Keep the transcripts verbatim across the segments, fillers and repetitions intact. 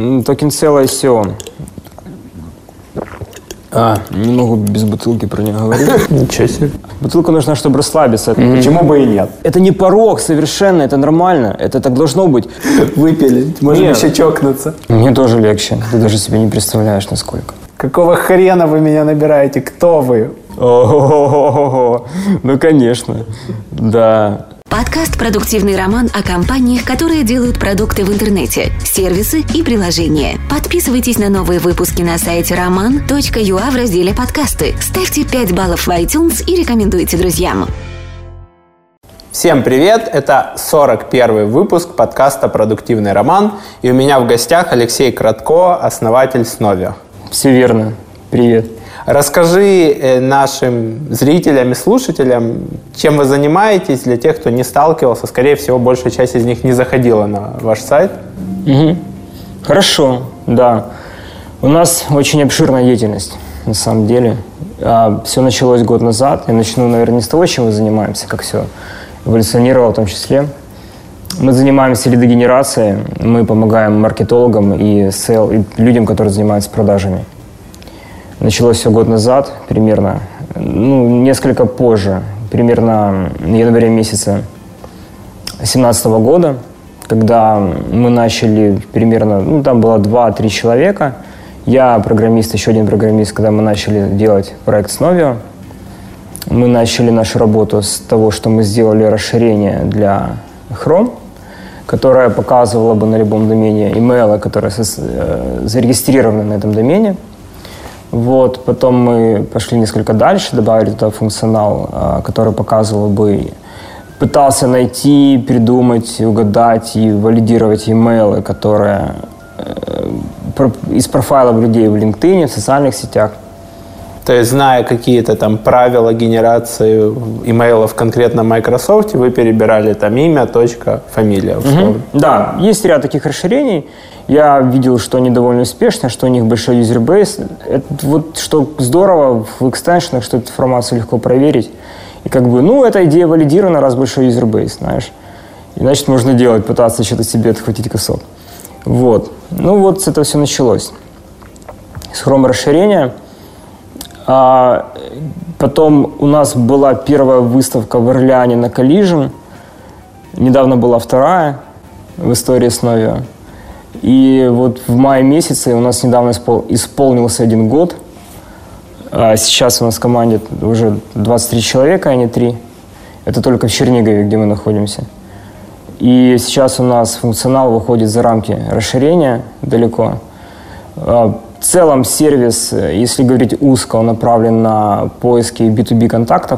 Токен целое эс и о. А, не могу без бутылки про нее говорить. Ничего себе. Бутылка нужна, чтобы расслабиться. Mm-hmm. Почему бы и нет? Это не порог совершенно, это нормально. Это так должно быть. Выпили. Можем нет. еще чокнуться. Мне тоже легче. Ты даже себе не представляешь, насколько. Какого хрена вы меня набираете? Кто вы? О-о-о-о-о. Ну, конечно. Да. Подкаст «Продуктивный роман» о компаниях, которые делают продукты в интернете, сервисы и приложения. Подписывайтесь на новые выпуски на сайте роман точка ю а в разделе «Подкасты». Ставьте пять баллов в iTunes и рекомендуйте друзьям. Всем привет! Это сорок первый выпуск подкаста «Продуктивный роман». И у меня в гостях Алексей Кратко, основатель Snovio. Все верно. Привет. Расскажи нашим зрителям и слушателям, чем вы занимаетесь, для тех, кто не сталкивался. Скорее всего, большая часть из них не заходила на ваш сайт. Угу. Хорошо, да. У нас очень обширная деятельность, на самом деле. Все началось год назад. Я начну, наверное, не с того, чем мы занимаемся, как все эволюционировало в том числе. Мы занимаемся лидогенерацией, мы помогаем маркетологам и, сейл, и людям, которые занимаются продажами. Началось все год назад, примерно, ну, несколько позже, примерно в январе месяце две тысячи семнадцатого года, когда мы начали примерно, ну, там было два-три человека, я программист, еще один программист, когда мы начали делать проект Snovio. Мы начали нашу работу с того, что мы сделали расширение для Chrome, которое показывало бы на любом домене имейлы, которые зарегистрированы на этом домене. Вот, потом мы пошли несколько дальше, добавили туда функционал, который показывал бы, пытался найти, придумать, угадать и валидировать имейлы, которые из профайлов людей в LinkedIn, в социальных сетях. То есть, зная какие-то там правила генерации имейлов конкретно в Microsoft, вы перебирали там имя, точка, фамилия. Угу. Да, есть ряд таких расширений. Я видел, что они довольно успешны, что у них большой юзербейс. Это вот что здорово в экстеншенах, что эту информацию легко проверить. И как бы, ну, эта идея валидирована, раз большой юзербейс, знаешь. И значит, можно делать, пытаться что-то себе отхватить кусок. Вот. Ну, вот с этого все началось. С Chrome расширения. А потом у нас была первая выставка в Орлеане на Collision. Недавно была вторая в истории Snovio. И вот в мае месяце у нас недавно испол- исполнился один год. А сейчас у нас в команде уже двадцать три человека, а не три. Это только в Чернигове, где мы находимся. И сейчас у нас функционал выходит за рамки расширения далеко. В целом сервис, если говорить узко, он направлен на поиски би ту би контактов.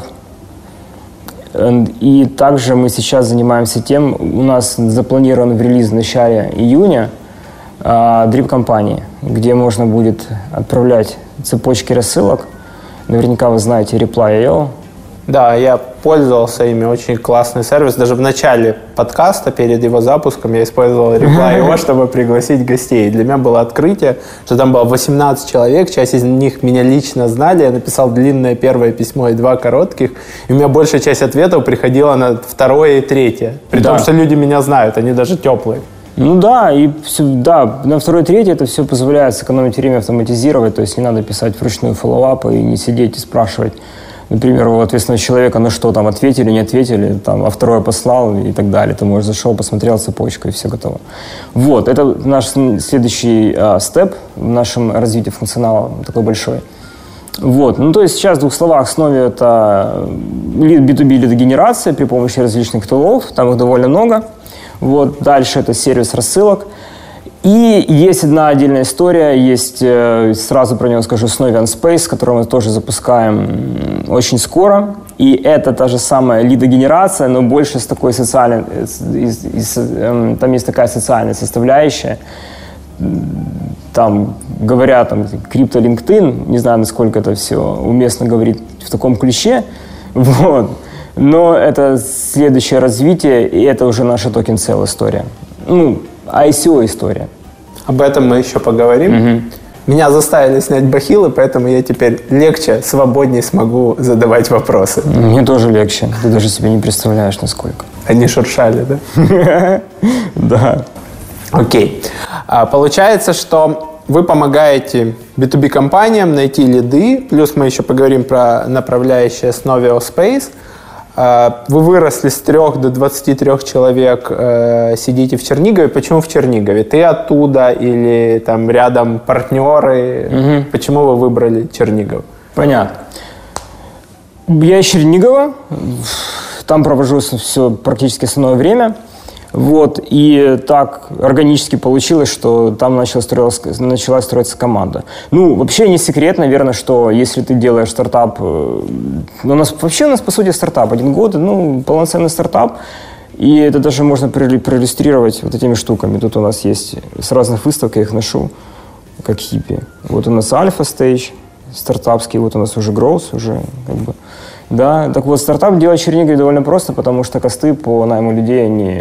И также мы сейчас занимаемся тем, у нас запланирован в релиз в начале июня дрип-компании, где можно будет отправлять цепочки рассылок. Наверняка вы знаете Reply точка ай о. Да, я пользовался ими, очень классный сервис. Даже в начале подкаста, перед его запуском, я использовал Reply точка ай о, чтобы пригласить гостей. И для меня было открытие, что там было восемнадцать человек, часть из них меня лично знали. Я написал длинное первое письмо и два коротких. И у меня большая часть ответов приходила на второе и третье. При да. том, что люди меня знают, они даже теплые. Ну да, и все, да, на второй, третий это все позволяет сэкономить время, автоматизировать, то есть не надо писать вручную фоллоуапы и не сидеть и спрашивать, например, у ответственного человека, ну что там, ответили, не ответили, там, а второе послал и так далее. Ты, может, зашел, посмотрел цепочку и все готово. Вот, это наш следующий а, степ в нашем развитии функционала, такой большой. Вот, ну то есть сейчас в двух словах Snovio это би ту би лидогенерация при помощи различных тулов, там их довольно много. Вот, дальше это сервис рассылок. И есть одна отдельная история, есть, сразу про него скажу, Snovio Space, который мы тоже запускаем очень скоро. И это та же самая лидогенерация, но больше с такой социальной, из, из, эм, там есть такая социальная составляющая. Там говорят, там, крипто LinkedIn, не знаю, насколько это все уместно говорить в таком ключе. Вот. Но это следующее развитие, и это уже наша токен-сел история. Ну, ай си о история. Об этом мы еще поговорим. Угу. Меня заставили снять бахилы, поэтому я теперь легче, свободнее смогу задавать вопросы. Мне тоже легче. Ты даже себе не представляешь, насколько. Они шуршали, да? Да. Окей. А, получается, что вы помогаете би ту би компаниям найти лиды, плюс мы еще поговорим про направляющее с Novio Space. Вы выросли с трех до двадцати трёх человек, сидите в Чернигове. Почему в Чернигове? Ты оттуда или там рядом партнеры? Угу. Почему вы выбрали Чернигов? Понятно. Я из Чернигова, там провожу все практически основное время. Вот, и так органически получилось, что там начала строилась, начала строиться команда. Ну, вообще не секрет, наверное, что если ты делаешь стартап, ну, у нас вообще у нас, по сути, стартап, один год, ну, полноценный стартап, и это даже можно проиллюстрировать вот этими штуками. Тут у нас есть с разных выставок, я их ношу, как хиппи. Вот у нас Alpha Stage, стартапский, вот у нас уже Growth, уже как бы... Да, так вот, стартап делать в Чернигове довольно просто, потому что косты по найму людей, они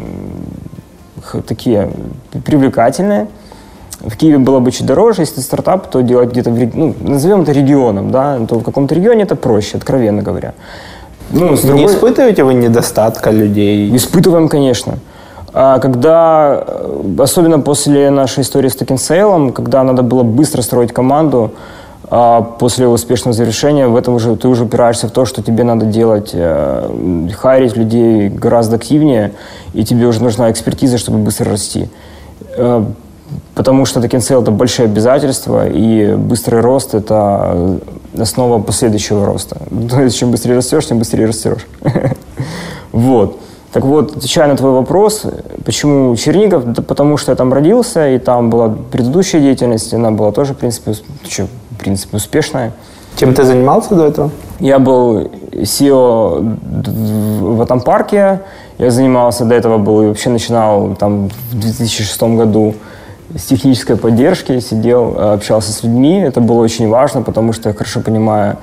такие привлекательные. В Киеве было бы чуть дороже, если стартап, то делать где-то, в, ну, назовем это регионом, да, то в каком-то регионе это проще, откровенно говоря. Ну, другой... Не испытываете вы недостатка людей? Испытываем, конечно. А когда, особенно после нашей истории с Token Sale, когда надо было быстро строить команду, а после успешного завершения в этом уже ты уже упираешься в то, что тебе надо делать, э, хайрить людей гораздо активнее, и тебе уже нужна экспертиза, чтобы быстро расти. Э, потому что Token Sale – это большие обязательства, и быстрый рост – это основа последующего роста. То есть, чем быстрее растешь, тем быстрее растешь. Вот. Так вот, отвечая на твой вопрос, почему Чернигов? Да потому что я там родился, и там была предыдущая деятельность, она была тоже, в принципе, в принципе успешная. Чем ты занимался до этого? Я был си и о в этом парке, я занимался, до этого был и вообще начинал там в две тысячи шестом году с технической поддержки, сидел, общался с людьми, это было очень важно, потому что я хорошо понимаю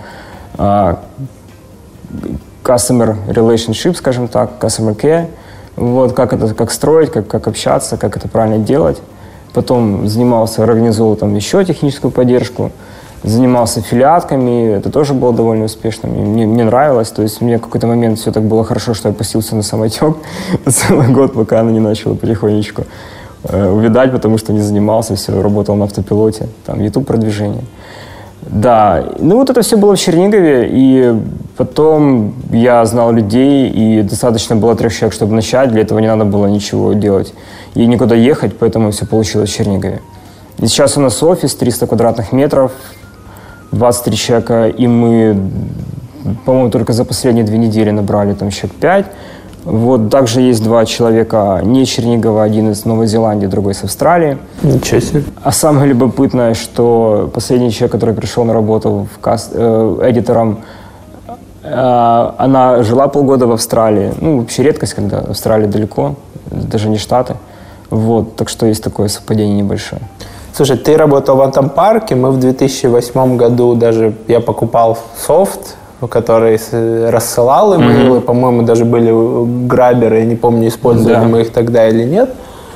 customer relationship, скажем так, customer care, вот, как это, как строить, как, как общаться, как это правильно делать. Потом занимался, организовал там еще техническую поддержку, занимался аффилиатками, это тоже было довольно успешно, мне, мне нравилось, то есть мне в какой-то момент все так было хорошо, что я пустился на самотек целый год, пока она не начала потихонечку э, увядать, потому что не занимался, все, работал на автопилоте, там, YouTube-продвижение. Да, ну вот это все было в Чернигове, и потом я знал людей, и достаточно было трех человек, чтобы начать, для этого не надо было ничего делать и никуда ехать, поэтому все получилось в Чернигове. И сейчас у нас офис, триста квадратных метров, двадцать три человека, и мы, по-моему, только за последние две недели набрали там человек пять. Вот также есть два человека не Чернигова, один из Новой Зеландии, другой с Австралии. Ничего себе. А самое любопытное, что последний человек, который пришел на работу в каст, э, эдитором, э, она жила полгода в Австралии. Ну, вообще редкость, когда Австралия далеко, даже не Штаты. Вот, так что есть такое совпадение небольшое. Слушай, ты работал в этом парке, мы в две тысячи восьмом году даже, я покупал софт, который рассылал имейлы, mm-hmm. по-моему, даже были граберы, я не помню, использовали yeah. мы их тогда или нет.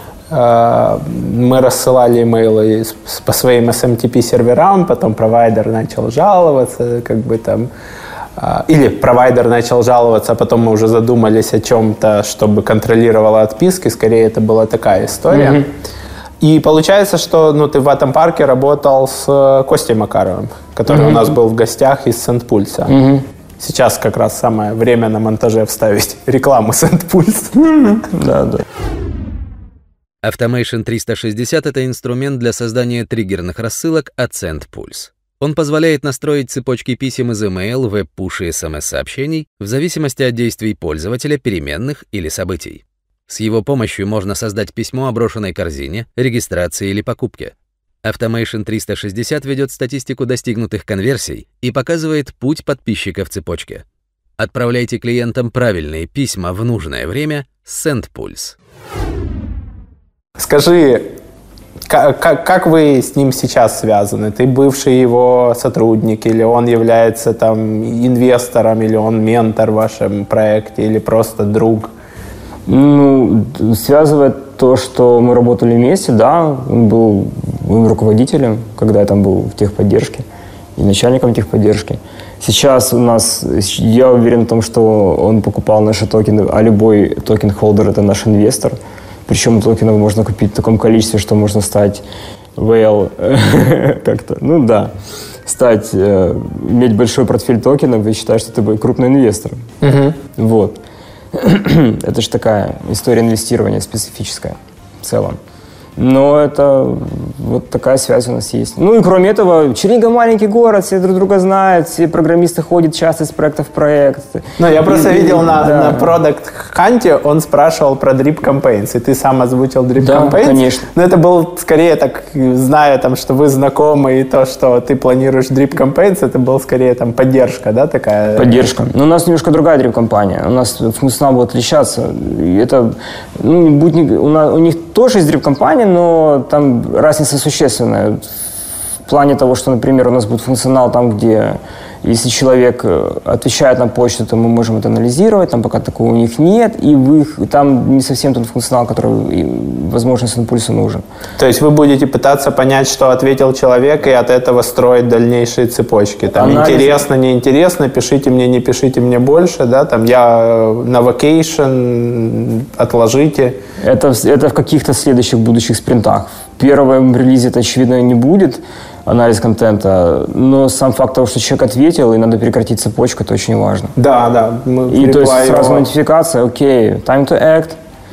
Мы рассылали имейлы по своим эс эм ти пи-серверам, потом провайдер начал жаловаться, как бы там, или провайдер начал жаловаться, а потом мы уже задумались о чем-то, чтобы контролировало отписки, скорее это была такая история. Mm-hmm. И получается, что ну, ты в этом парке работал с Костей Макаровым, который mm-hmm. у нас был в гостях из Сент-Пульса. Mm-hmm. Сейчас как раз самое время на монтаже вставить рекламу Сент-Пульс. Да, да. Automation триста шестьдесят – это инструмент для создания триггерных рассылок от Sendpulse. Он позволяет настроить цепочки писем из email, веб-пуш и эс эм эс-сообщений в зависимости от действий пользователя, переменных или событий. С его помощью можно создать письмо о брошенной корзине, регистрации или покупке. Automation триста шестьдесят ведет статистику достигнутых конверсий и показывает путь подписчика в цепочке. Отправляйте клиентам правильные письма в нужное время с Sendpulse. Скажи, как, как, как вы с ним сейчас связаны? Ты бывший его сотрудник, или он является там инвестором, или он ментор в вашем проекте, или просто друг? Ну, связывает то, что мы работали вместе, да, он был руководителем, когда я там был в техподдержке, и начальником техподдержки. Сейчас у нас, я уверен в том, что он покупал наши токены, а любой токен-холдер – это наш инвестор. Причем токенов можно купить в таком количестве, что можно стать whale как-то, ну да, стать, э, иметь большой портфель токенов и считать, что ты крупный инвестор. Uh-huh. Вот. Это же такая история инвестирования специфическая в целом. Но это вот такая связь у нас есть. Ну и кроме этого, Чернигов маленький город, все друг друга знают, все программисты ходят часто из проекта в проект. Ну, я просто и, видел и, на, да. на Product Hunt, он спрашивал про Drip Campaigns, и ты сам озвучил Drip да, Campaigns. Конечно. Но это был скорее так, зная, там, что вы знакомы, и то, что ты планируешь Drip Campaigns, это был скорее там поддержка, да, такая? Поддержка. Но у нас немножко другая Drip-компания. У нас функционал будет отличаться. И это, ну, будет не, у, нас, у них тоже есть Drip-компания, но там разница существенная в плане того, что, например, у нас будет функционал там, где если человек отвечает на почту, то мы можем это анализировать, там пока такого у них нет, и в их, там не совсем тот функционал, который, возможно, Сенпульсу нужен. То есть вы будете пытаться понять, что ответил человек, и от этого строить дальнейшие цепочки. Там анализ... интересно, неинтересно, пишите мне, не пишите мне больше, да, там я на vacation, отложите. Это, это в каких-то следующих будущих спринтах. В первом релизе это, очевидно, не будет, анализ контента, но сам факт того, что человек ответил, и надо прекратить цепочку, это очень важно. Да, да. Мы и то есть сразу его... нотификация, окей, okay, time to act.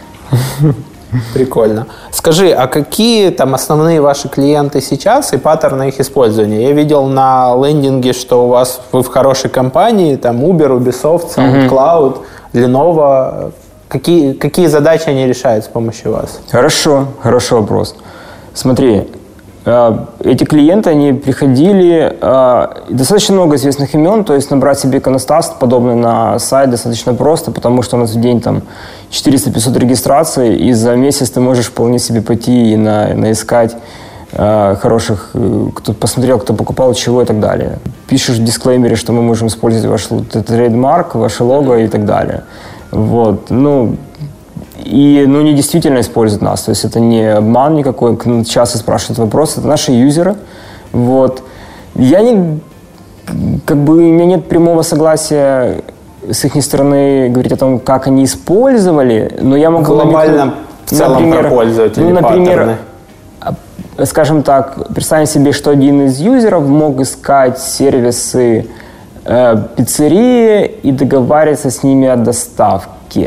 Прикольно. Скажи, а какие там основные ваши клиенты сейчас и паттерны их использования? Я видел на лендинге, что у вас вы в хорошей компании, там Uber, Ubisoft, SoundCloud, mm-hmm. Lenovo. Какие, какие задачи они решают с помощью вас? Хорошо, хороший вопрос. Смотри, эти клиенты, они приходили, достаточно много известных имен, то есть набрать себе иконостас, подобный на сайт, достаточно просто, потому что у нас в день там четыреста-пятьсот регистраций, и за месяц ты можешь вполне себе пойти и на, наискать хороших, кто посмотрел, кто покупал, чего и так далее. Пишешь в дисклеймере, что мы можем использовать ваш трейдмарк, ваше лого и так далее. Вот, ну... И, ну, они действительно используют нас, то есть это не обман никакой, часто спрашивают вопросы, это наши юзеры, вот. Я не, как бы, у меня нет прямого согласия с их стороны говорить о том, как они использовали, но я могу... Глобально, намекнуть, в целом, например, про пользователей, ну, например, паттерны. Скажем так, представим себе, что один из юзеров мог искать сервисы э, пиццерии и договариваться с ними о доставке.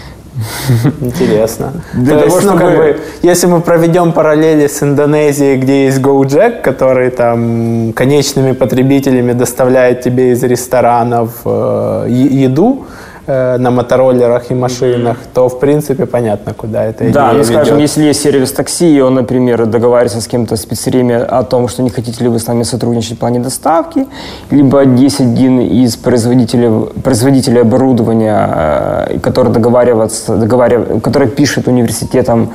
Интересно. Для То того, есть, чтобы... ну, как бы, если мы проведем параллели с Индонезией, где есть Gojek, который там конечными потребителями доставляет тебе из ресторанов э, еду э, на мотороллерах и машинах, то, в принципе, понятно, куда это идея Да, ну, скажем, ведет. если есть сервис такси, и он, например, договаривается с кем-то, с пиццериями о том, что не хотите ли вы с нами сотрудничать в плане доставки, либо есть один из производителей, производителей оборудования, который договаривается, договаривается, который пишет университетам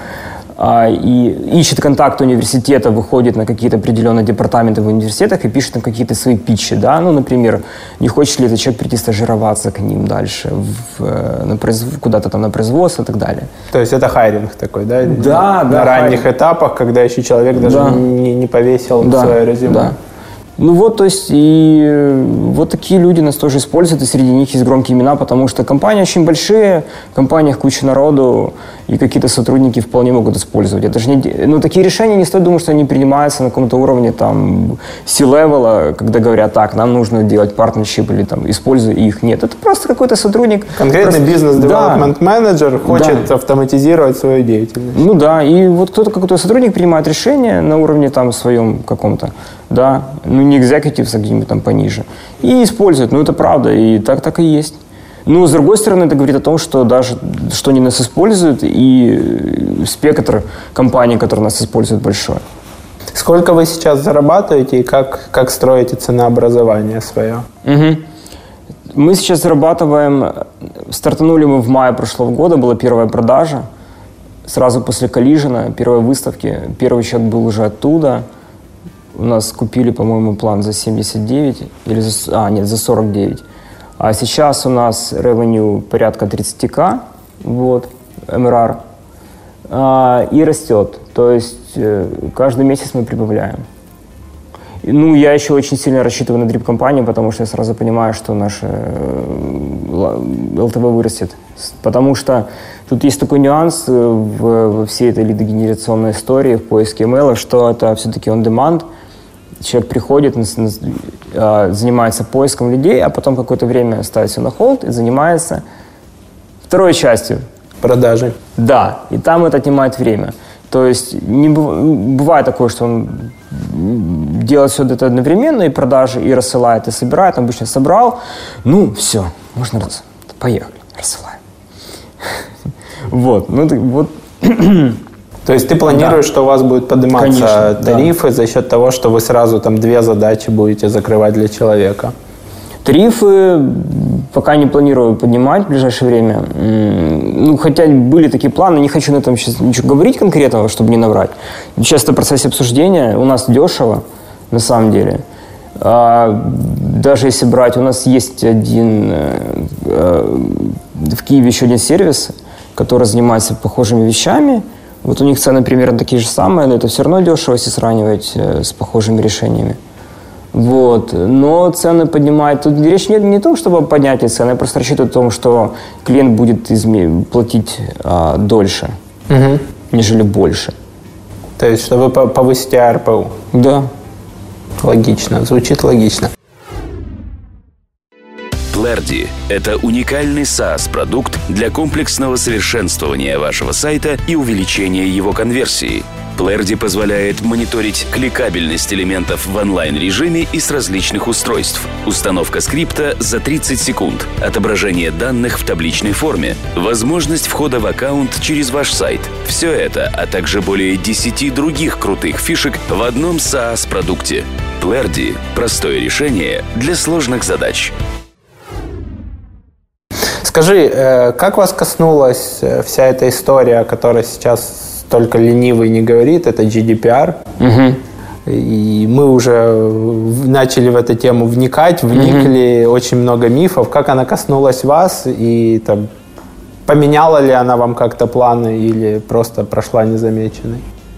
и ищет контакт университета, выходит на какие-то определенные департаменты в университетах и пишет там какие-то свои питчи, да, ну, например, не хочет ли этот человек прийти стажироваться к ним дальше, в, на произв... куда-то там на производство и так далее. То есть это хайринг такой, да? Да, на да. На ранних хайринг. этапах, когда еще человек даже да. не, не повесил да. свое резюме. Да. Ну вот, то есть, и вот такие люди нас тоже используют, и среди них есть громкие имена, потому что компании очень большие, в компаниях куча народу, и какие-то сотрудники вполне могут использовать. Это же не, ну, такие решения не стоит думать, что они принимаются на каком-то уровне там C-левела, когда говорят, так, нам нужно делать партнершип или там, используй их. Нет, это просто какой-то сотрудник. Конкретный бизнес-девелопмент-менеджер да. хочет да. автоматизировать свою деятельность. Ну да, и вот кто-то, какой-то сотрудник принимает решение на уровне там своем каком-то, да, ну не executives, а где-нибудь там пониже, и используют, ну это правда, и так, так и есть. Но, с другой стороны, это говорит о том, что даже, что они нас используют, и спектр компаний, которые нас используют, большой. Сколько вы сейчас зарабатываете и как, как строите ценообразование свое? Угу. Мы сейчас зарабатываем, стартанули мы в мае прошлого года, была первая продажа, сразу после Collision, первой выставки, первый счет был уже оттуда. У нас купили, по-моему, план за семьдесят девять, или за, а, нет, за сорок девять. А сейчас у нас revenue порядка тридцать тысяч, вот, эм эр ар, а, и растет. То есть каждый месяц мы прибавляем. Ну, я еще очень сильно рассчитываю на дрип-компанию, потому что я сразу понимаю, что наше эл ти ви вырастет. Потому что тут есть такой нюанс в, во всей этой лидогенерационной истории, в поиске имейлов, что это все-таки on-demand. Человек приходит, занимается поиском людей, а потом какое-то время ставит все на холд и занимается второй частью. Продажи. Да, и там это отнимает время. То есть не бывает такое, что он делает все это одновременно, и продажи, и рассылает, и собирает. Обычно собрал, ну, все, можно раз, поехали, рассылаем. Вот, ну, вот. То есть ты планируешь, да, что у вас будут подниматься, конечно, тарифы, да, за счет того, что вы сразу там две задачи будете закрывать для человека? Тарифы пока не планирую поднимать в ближайшее время. Ну, хотя были такие планы, не хочу на этом сейчас ничего говорить конкретного, чтобы не наврать. Сейчас это в процессе обсуждения. У нас дешево, на самом деле. А даже если брать, у нас есть один в Киеве еще один сервис, который занимается похожими вещами. Вот у них цены примерно такие же самые, но это все равно дешево, если сравнивать с похожими решениями. Вот. Но цены поднимают. Тут речь не, не о том, чтобы поднять цены, я просто рассчитываю о том, что клиент будет изме- платить а, дольше, угу, нежели больше. То есть, что вы повысите эй ар пи у? Да. Логично, звучит логично. Plerdy – это уникальный SaaS-продукт для комплексного совершенствования вашего сайта и увеличения его конверсии. Plerdy позволяет мониторить кликабельность элементов в онлайн-режиме и с различных устройств, установка скрипта за тридцать секунд, отображение данных в табличной форме, возможность входа в аккаунт через ваш сайт. Все это, а также более десяти других крутых фишек в одном SaaS-продукте. Plerdy – простое решение для сложных задач. Скажи, как вас коснулась вся эта история, о которой сейчас только ленивый не говорит, это джи ди пи ар. Угу. И мы уже начали в эту тему вникать, вникли, угу, очень много мифов. Как она коснулась вас и там, поменяла ли она вам как-то планы или просто прошла незамеченной?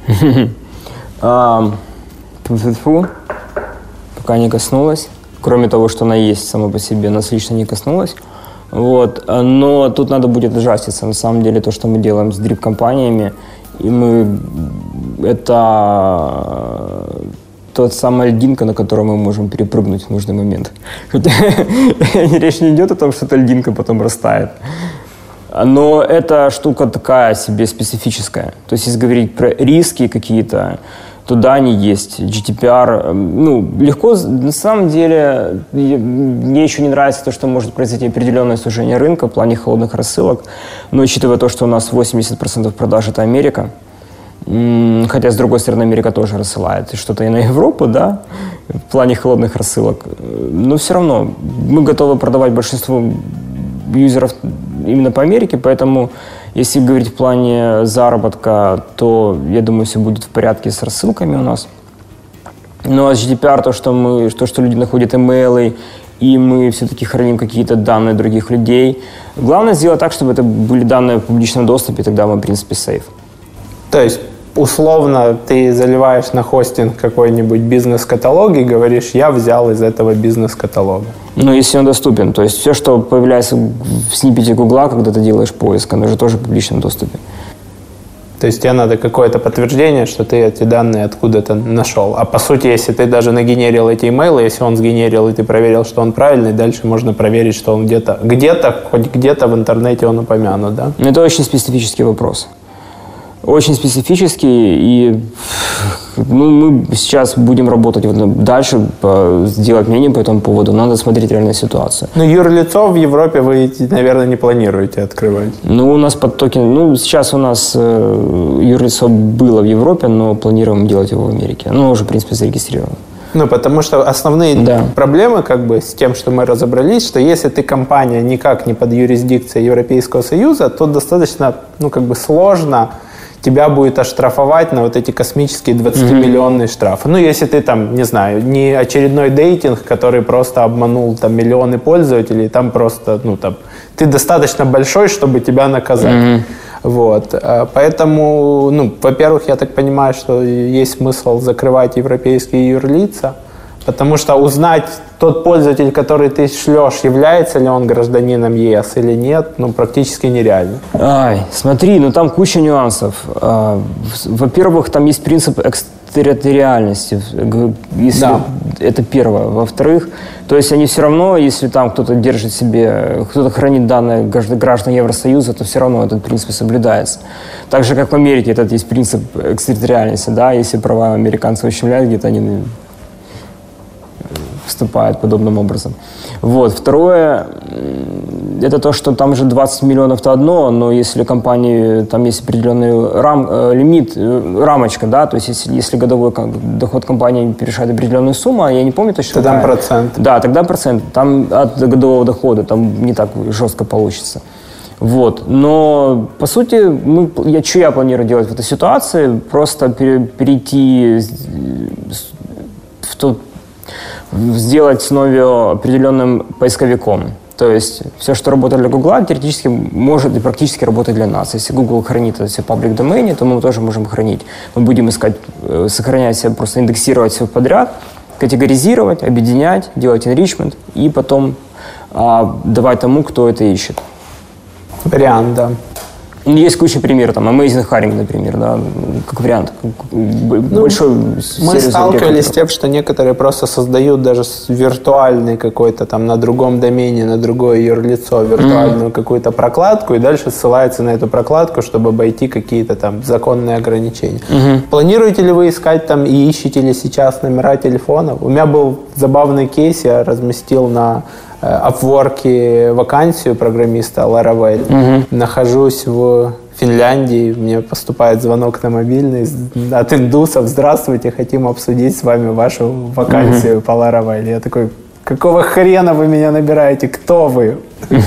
Фу-фу-фу. Пока не коснулась. Кроме того, что она есть сама по себе, нас лично не коснулась. Вот. Но тут надо будет ужаститься. На самом деле, то, что мы делаем с дрип-компаниями, и мы... Это тот самая льдинка, на которую мы можем перепрыгнуть в нужный момент. Речь не идет о том, что эта льдинка потом растает. Но эта штука такая себе специфическая. То есть, если говорить про риски какие-то, то да, они есть. джи ди пи ар, ну, легко, на самом деле, мне еще не нравится то, что может произойти определенное сужение рынка в плане холодных рассылок, но учитывая то, что у нас восемьдесят процентов продаж – это Америка, хотя, с другой стороны, Америка тоже рассылает что-то и на Европу, да, в плане холодных рассылок, но все равно мы готовы продавать большинству юзеров именно по Америке, поэтому если говорить в плане заработка, то, я думаю, все будет в порядке с рассылками у нас. Ну, а джи ди пи ар, то, что, мы, то, что люди находят имейлы, и мы все-таки храним какие-то данные других людей. Главное сделать так, чтобы это были данные в публичном доступе, тогда мы, в принципе, сейф. То есть, условно, ты заливаешь на хостинг какой-нибудь бизнес-каталог и говоришь, я взял из этого бизнес-каталога. Ну, если он доступен. То есть все, что появляется в сниппете Гугла, когда ты делаешь поиск, оно же тоже в публичном доступе. То есть тебе надо какое-то подтверждение, что ты эти данные откуда-то нашел. А по сути, если ты даже нагенерил эти имейлы, если он сгенерил, и ты проверил, что он правильный, дальше можно проверить, что он где-то, где-то, хоть где-то в интернете он упомянут, да? Это очень специфический вопрос. Очень специфический, и ну, мы сейчас будем работать дальше, сделать мнение по этому поводу. Надо смотреть реальную ситуацию. Но юрлицо в Европе вы, наверное, не планируете открывать? Ну, у нас под токен... Ну, сейчас у нас э, юрлицо было в Европе, но планируем делать его в Америке. Ну, уже, в принципе, зарегистрировано. Ну, потому что основные да. проблемы как бы с тем, что мы разобрались, что если ты компания никак не под юрисдикцией Европейского Союза, то достаточно, ну, как бы сложно тебя будет оштрафовать на вот эти космические двадцатимиллионные mm-hmm. штрафы. Ну, если ты там, не знаю, не очередной дейтинг, который просто обманул там миллионы пользователей, там просто, ну, там, ты достаточно большой, чтобы тебя наказать. Mm-hmm. Вот. Поэтому, ну, во-первых, я так понимаю, что есть смысл закрывать европейские юрлица. Потому что узнать, тот пользователь, который ты шлешь, является ли он гражданином ЕС или нет, ну, практически нереально. Ай, смотри, ну там куча нюансов. Во-первых, там есть принцип экстерриториальности. Если Да. Это первое. Во-вторых, то есть они все равно, если там кто-то держит себе, кто-то хранит данные граждан Евросоюза, то все равно этот принцип соблюдается. Так же, как в Америке этот есть принцип экстерриториальности, да, если права американцев ущемляют, где-то они вступают подобным образом. Вот. Второе, это то, что там же двадцать миллионов это одно, но если компании, там есть определенный рам, э, лимит, э, рамочка, да, то есть если, если годовой доход компании превышает определенную сумму, я не помню точно. Тогда процент. Да, тогда процент. Там от годового дохода там не так жестко получится. Вот. Но, по сути, мы, я, что я планирую делать в этой ситуации? Просто пере, перейти в тот сделать Snovio определенным поисковиком. То есть все, что работает для Гугла, теоретически может и практически работать для нас. Если Google хранит это все в паблик домене, то мы тоже можем хранить. Мы будем искать, сохранять себя, просто индексировать все подряд, категоризировать, объединять, делать enrichment и потом а, давать тому, кто это ищет. Вариант, да. Есть куча примеров, там, Amazing Hiring, например, да, как вариант. Большой ну, сервис. Мы сталкивались с тем, что некоторые просто создают даже виртуальный какой-то там на другом домене, на другое юрлицо, виртуальную mm-hmm. какую-то прокладку, и дальше ссылаются на эту прокладку, чтобы обойти какие-то там законные ограничения. Mm-hmm. Планируете ли вы искать там и ищете ли сейчас номера телефонов? У меня был забавный кейс, я разместил на Upwork вакансию программиста Laravel. Mm-hmm. Нахожусь в Финляндии, мне поступает звонок на мобильный от индусов. Здравствуйте, хотим обсудить с вами вашу вакансию mm-hmm. по Laravel. Я такой, какого хрена вы меня набираете? Кто вы?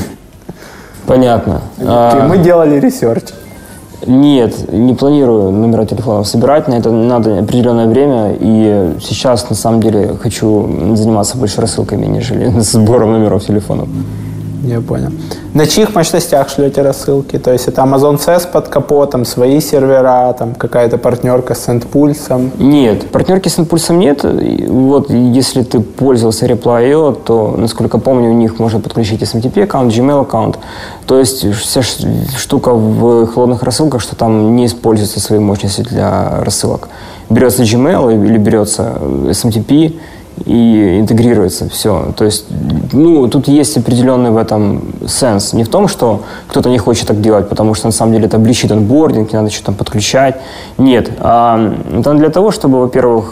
Понятно. Мы делали ресерч. Нет, не планирую номера телефонов собирать, на это надо определенное время, и сейчас, на самом деле, хочу заниматься больше рассылками, нежели сбором номеров телефонов. Я понял. На чьих мощностях шлете рассылки? То есть это Amazon сэс под капотом, свои сервера, там какая-то партнерка с SendPulse? Нет, партнерки с SendPulse нет. Вот если ты пользовался Reply точка ай о, то, насколько помню, у них можно подключить эс эм ти пи аккаунт, Gmail аккаунт. То есть вся штука в холодных рассылках, что там не используются свои мощности для рассылок. Берется Gmail или берется эс эм ти пи, и интегрируется все. То есть, ну, тут есть определенный в этом сенс. Не в том, что кто-то не хочет так делать, потому что на самом деле это облегчит онбординг, не надо что-то там подключать. Нет. А, это для того, чтобы, во-первых,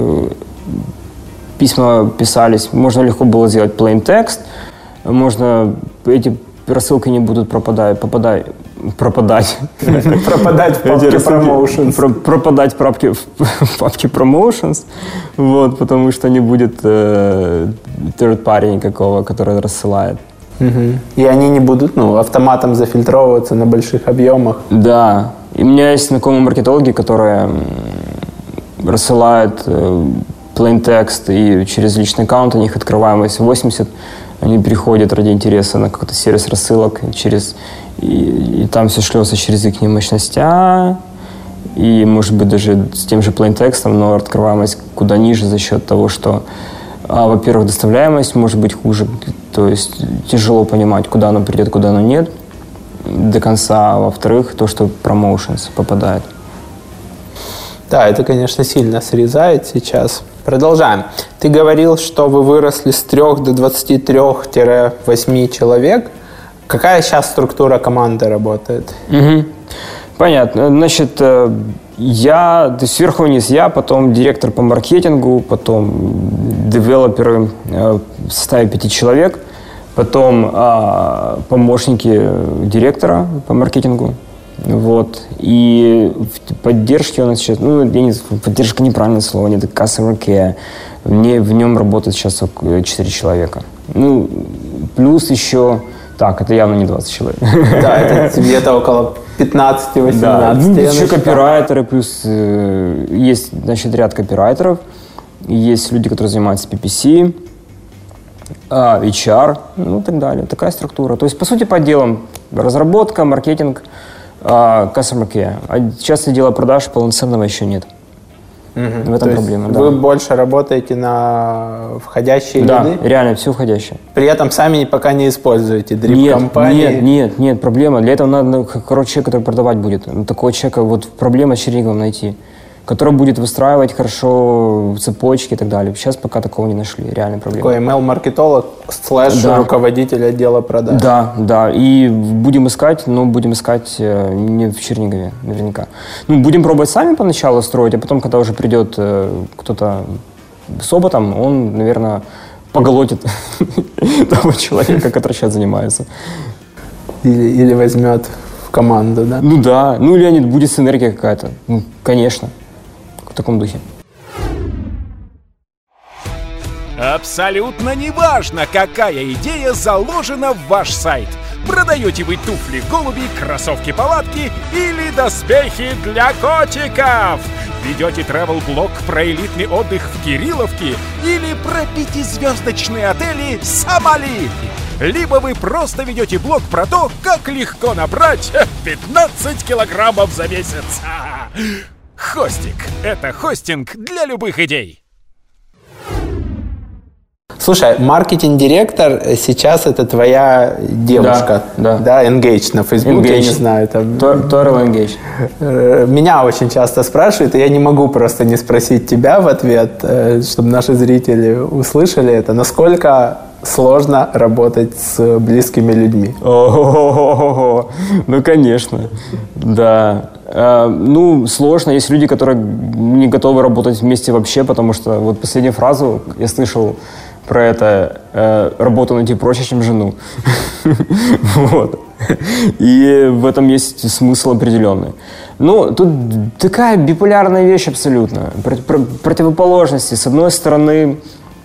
письма писались, можно легко было сделать plain text, можно эти рассылки не будут пропадать, попадать, пропадать. Пропадать в папке Promotions. Пропадать в папке Promotions, вот, потому что не будет э, third party никакого, который рассылает. Угу. И они не будут, ну, автоматом зафильтровываться на больших объемах. Да. И у меня есть знакомые маркетологи, которые рассылают э, plain text, и через личный аккаунт у них открываемость восемьдесят. Они приходят ради интереса на какой-то сервис рассылок, через, и, и там все шлется через их мощности, и, может быть, даже с тем же plain текстом, но открываемость куда ниже за счет того, что, а, во-первых, доставляемость может быть хуже, то есть тяжело понимать, куда оно придет, куда оно нет до конца, а во-вторых, то, что promotions попадает. Да, это, конечно, сильно срезает сейчас. Продолжаем. Ты говорил, что вы выросли с трех до двадцати трёх - восьми человек. Какая сейчас структура команды работает? Угу. Понятно. Значит, я, то есть сверху вниз я, потом директор по маркетингу, потом девелоперы в составе пяти человек, потом а, помощники директора по маркетингу. Вот. И в поддержке у нас сейчас, ну, я не, поддержка неправильное слово, нет, это customer care. Мне, в нем работает сейчас четыре человека. Ну, плюс еще, так, это явно не двадцать человек. Да, это где-то около пятнадцать-восемнадцать. Да, ну, еще копирайтеры, плюс э, есть, значит, ряд копирайтеров, есть люди, которые занимаются пи пи си, а, эйч ар, ну, и так далее. Такая структура. То есть, по сути, по отделам разработка, маркетинг, Uh, customer care. А часто дела продаж полноценного еще нет. Угу. В этом То проблема, есть да. Вы больше работаете на входящие да, лиды? Да, реально, все входящее. При этом сами пока не используете дрип компании? Нет, нет, нет, проблема. Для этого надо, короче, человек, который продавать будет. Такого человека, вот проблема с черниковым найти, который будет выстраивать хорошо цепочки и так далее. Сейчас пока такого не нашли, реальная проблема. Такой эм эл-маркетолог слэш да. руководитель отдела продаж. Да, да, и будем искать, но будем искать не в Чернигове, наверняка. Ну, будем пробовать сами поначалу строить, а потом, когда уже придет кто-то с опытом, он, наверное, поголотит того человека, который сейчас занимается. Или, или возьмет в команду, да? Ну да, ну или будет синергия какая-то, ну, конечно. В таком духе. Абсолютно неважно, какая идея заложена в ваш сайт. Продаете вы туфли, голуби, кроссовки-палатки или доспехи для котиков? Ведете travel-блог про элитный отдых в Кирилловке или про пятизвездочные отели Сомали? Либо вы просто ведете блог про то, как легко набрать пятнадцать килограммов за месяц. Хостик – это хостинг для любых идей. Слушай, маркетинг-директор сейчас это твоя девушка, да, да. да, Engage на Фейсбуке, Engage. Я не знаю. Там... Торрел Engage. Меня очень часто спрашивают, и я не могу просто не спросить тебя в ответ, чтобы наши зрители услышали это. Насколько сложно работать с близкими людьми? О-о-о-о-о. Ну, конечно, да. А, ну, сложно. Есть люди, которые не готовы работать вместе вообще, потому что вот последнюю фразу я слышал про это. Э, работу найти проще, чем жену. Вот. И в этом есть смысл определенный. Ну, тут такая биполярная вещь абсолютно. Противоположности. С одной стороны,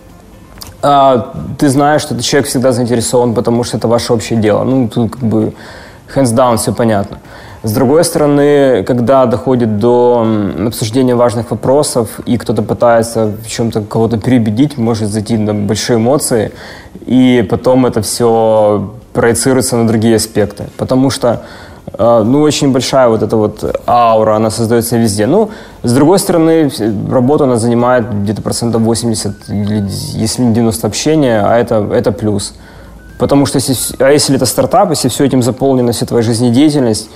а, ты знаешь, что этот человек всегда заинтересован, потому что это ваше общее дело. Ну, тут как бы hands down, все понятно. С другой стороны, когда доходит до обсуждения важных вопросов, и кто-то пытается в чем-то кого-то переубедить, может зайти на большие эмоции, и потом это все проецируется на другие аспекты. Потому что ну, очень большая вот эта вот аура, она создается везде. Ну, с другой стороны, работа она занимает где-то процентов восемьдесят, если не девяносто общения, а это, это плюс. Потому что, если, а если это стартап, если все этим заполнено, вся твоя жизнедеятельность,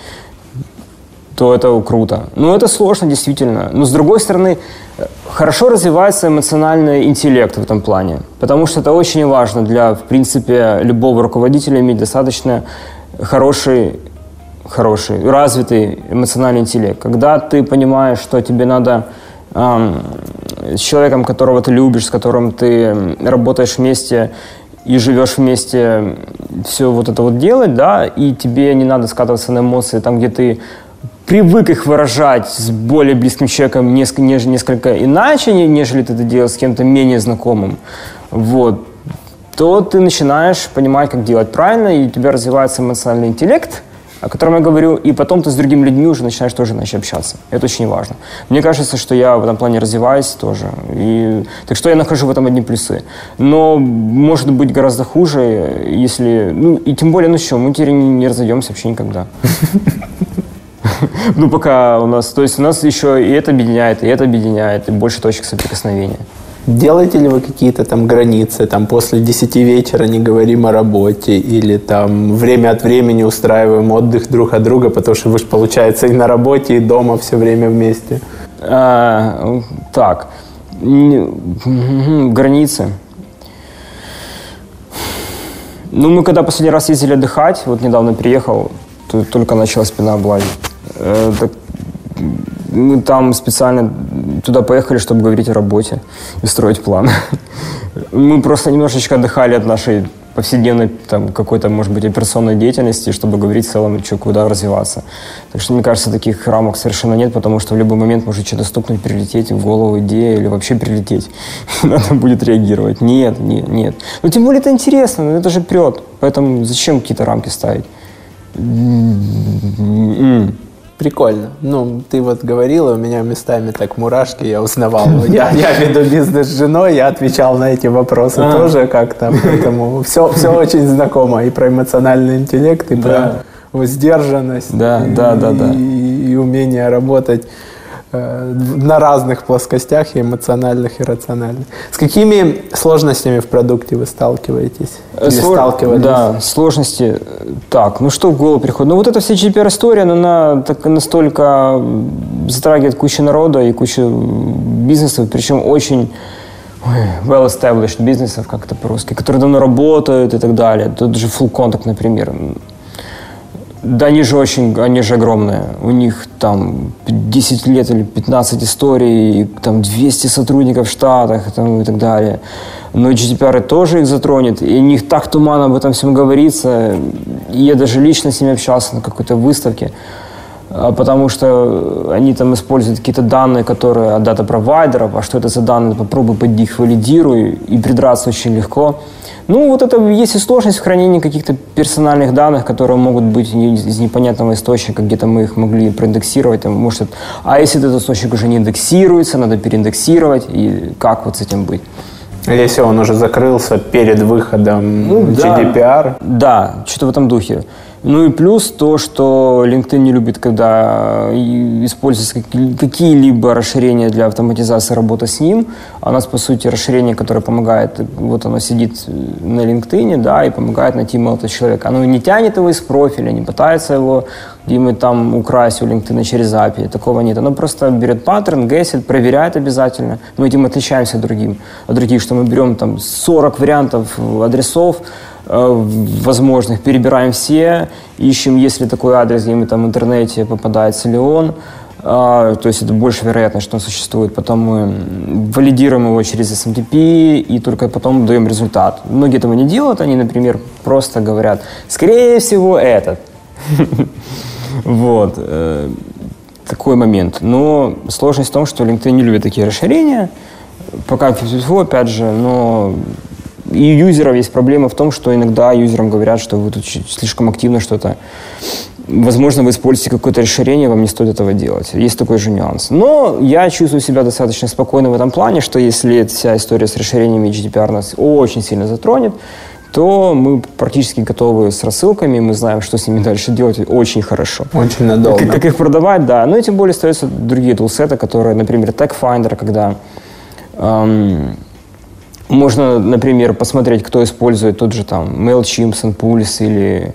то это круто. Но это сложно, действительно. Но, с другой стороны, хорошо развивается эмоциональный интеллект в этом плане. Потому что это очень важно для, в принципе, любого руководителя иметь достаточно хороший, хороший, развитый эмоциональный интеллект. Когда ты понимаешь, что тебе надо эм, с человеком, которого ты любишь, с которым ты работаешь вместе и живешь вместе, все вот это вот делать, да, и тебе не надо скатываться на эмоции, там, где ты привык их выражать с более близким человеком несколько, несколько иначе, нежели ты это делаешь с кем-то менее знакомым, вот, то ты начинаешь понимать, как делать правильно, и у тебя развивается эмоциональный интеллект, о котором я говорю, и потом ты с другими людьми уже начинаешь тоже иначе общаться. Это очень важно. Мне кажется, что я в этом плане развиваюсь тоже. И, так что я нахожу в этом одни плюсы. Но может быть гораздо хуже, если... Ну, и тем более, ну что, мы теперь не разойдемся вообще никогда. Ну, пока у нас... То есть у нас еще и это объединяет, и это объединяет, и больше точек соприкосновения. Делаете ли вы какие-то там границы, там после десяти вечера не говорим о работе, или там время от времени устраиваем отдых друг от друга, потому что вы же, получается, и на работе, и дома все время вместе? А, так, границы. Ну, мы когда последний раз ездили отдыхать, вот недавно приехал, только начала спина облазить. Мы там специально туда поехали, чтобы говорить о работе и строить план. Мы просто немножечко отдыхали от нашей повседневной там, какой-то, может быть, операционной деятельности, чтобы говорить в целом, что, куда развиваться. Так что, мне кажется, таких рамок совершенно нет, потому что в любой момент может что-то стукнуть, прилететь в голову идея или вообще прилететь. Надо будет реагировать. Нет, нет, нет. Но тем более это интересно, но это же прет. Поэтому зачем какие-то рамки ставить? Прикольно. Ну, ты вот говорила, у меня местами так мурашки, я узнавал. Я, я веду бизнес с женой, я отвечал на эти вопросы а. тоже как-то, поэтому все, все очень знакомо. И про эмоциональный интеллект, и да. про сдержанность, да, и, да, да, да. И, и умение работать э, на разных плоскостях, и эмоциональных, и рациональных. С какими сложностями в продукте вы сталкиваетесь? Или Слож... сталкивались? Да, сложности. Так, ну что в голову приходит? Ну вот эта вся джи ди пи ар-история, она так, настолько затрагивает кучу народа и кучу бизнесов, причем очень well-established бизнесов, как это по-русски, которые давно работают и так далее. Тут же Full Contact, например. Да, они же очень, они же огромные. У них там десять лет или пятнадцать историй, там двести сотрудников в Штатах там, и так далее. Но джи ди пи ар тоже их затронет, и у них так туманно об этом всем говорится. И я даже лично с ними общался на какой-то выставке, потому что они там используют какие-то данные, которые от дата-провайдеров, а что это за данные, попробуй пойди их валидируй, и придраться очень легко. Ну, вот это есть и сложность в хранении каких-то персональных данных, которые могут быть из непонятного источника, где-то мы их могли проиндексировать. Там, может, а если этот источник уже не индексируется, надо переиндексировать, и как вот с этим быть? Если он уже закрылся перед выходом ну, джи ди пи ар? Да, да, что-то в этом духе. Ну и плюс то, что LinkedIn не любит, когда используются какие-либо расширения для автоматизации работы с ним. А у нас, по сути, расширение, которое помогает, вот оно сидит на LinkedIn, да, и помогает найти молодого человека. Оно не тянет его из профиля, не пытается его где-нибудь там украсть у LinkedIn через эй пи ай. Такого нет. Оно просто берет паттерн, гессит, проверяет обязательно. Мы этим отличаемся от других, от других, что мы берем там сорок вариантов адресов, возможных, перебираем все, ищем, если такой адрес где-нибудь там в интернете, попадается ли он, а, то есть это больше вероятность, что он существует. Потом мы валидируем его через эс эм ти пи и только потом даем результат. Многие этого не делают, они, например, просто говорят, скорее всего, этот. Вот. Такой момент. Но сложность в том, что LinkedIn не любит такие расширения. Пока, опять же, но и у юзеров есть проблема в том, что иногда юзерам говорят, что вы тут слишком активно что-то... Возможно, вы используете какое-то расширение, вам не стоит этого делать. Есть такой же нюанс. Но я чувствую себя достаточно спокойно в этом плане, что если вся история с расширениями джи ди пи ар нас очень сильно затронет, то мы практически готовы с рассылками, мы знаем, что с ними дальше делать очень хорошо. Очень надолго. Как, как их продавать, да. Ну и тем более остаются другие тулсеты, которые, например, Tag Finder, когда... Эм, можно, например, посмотреть, кто использует тот же там MailChimp, SendPulse или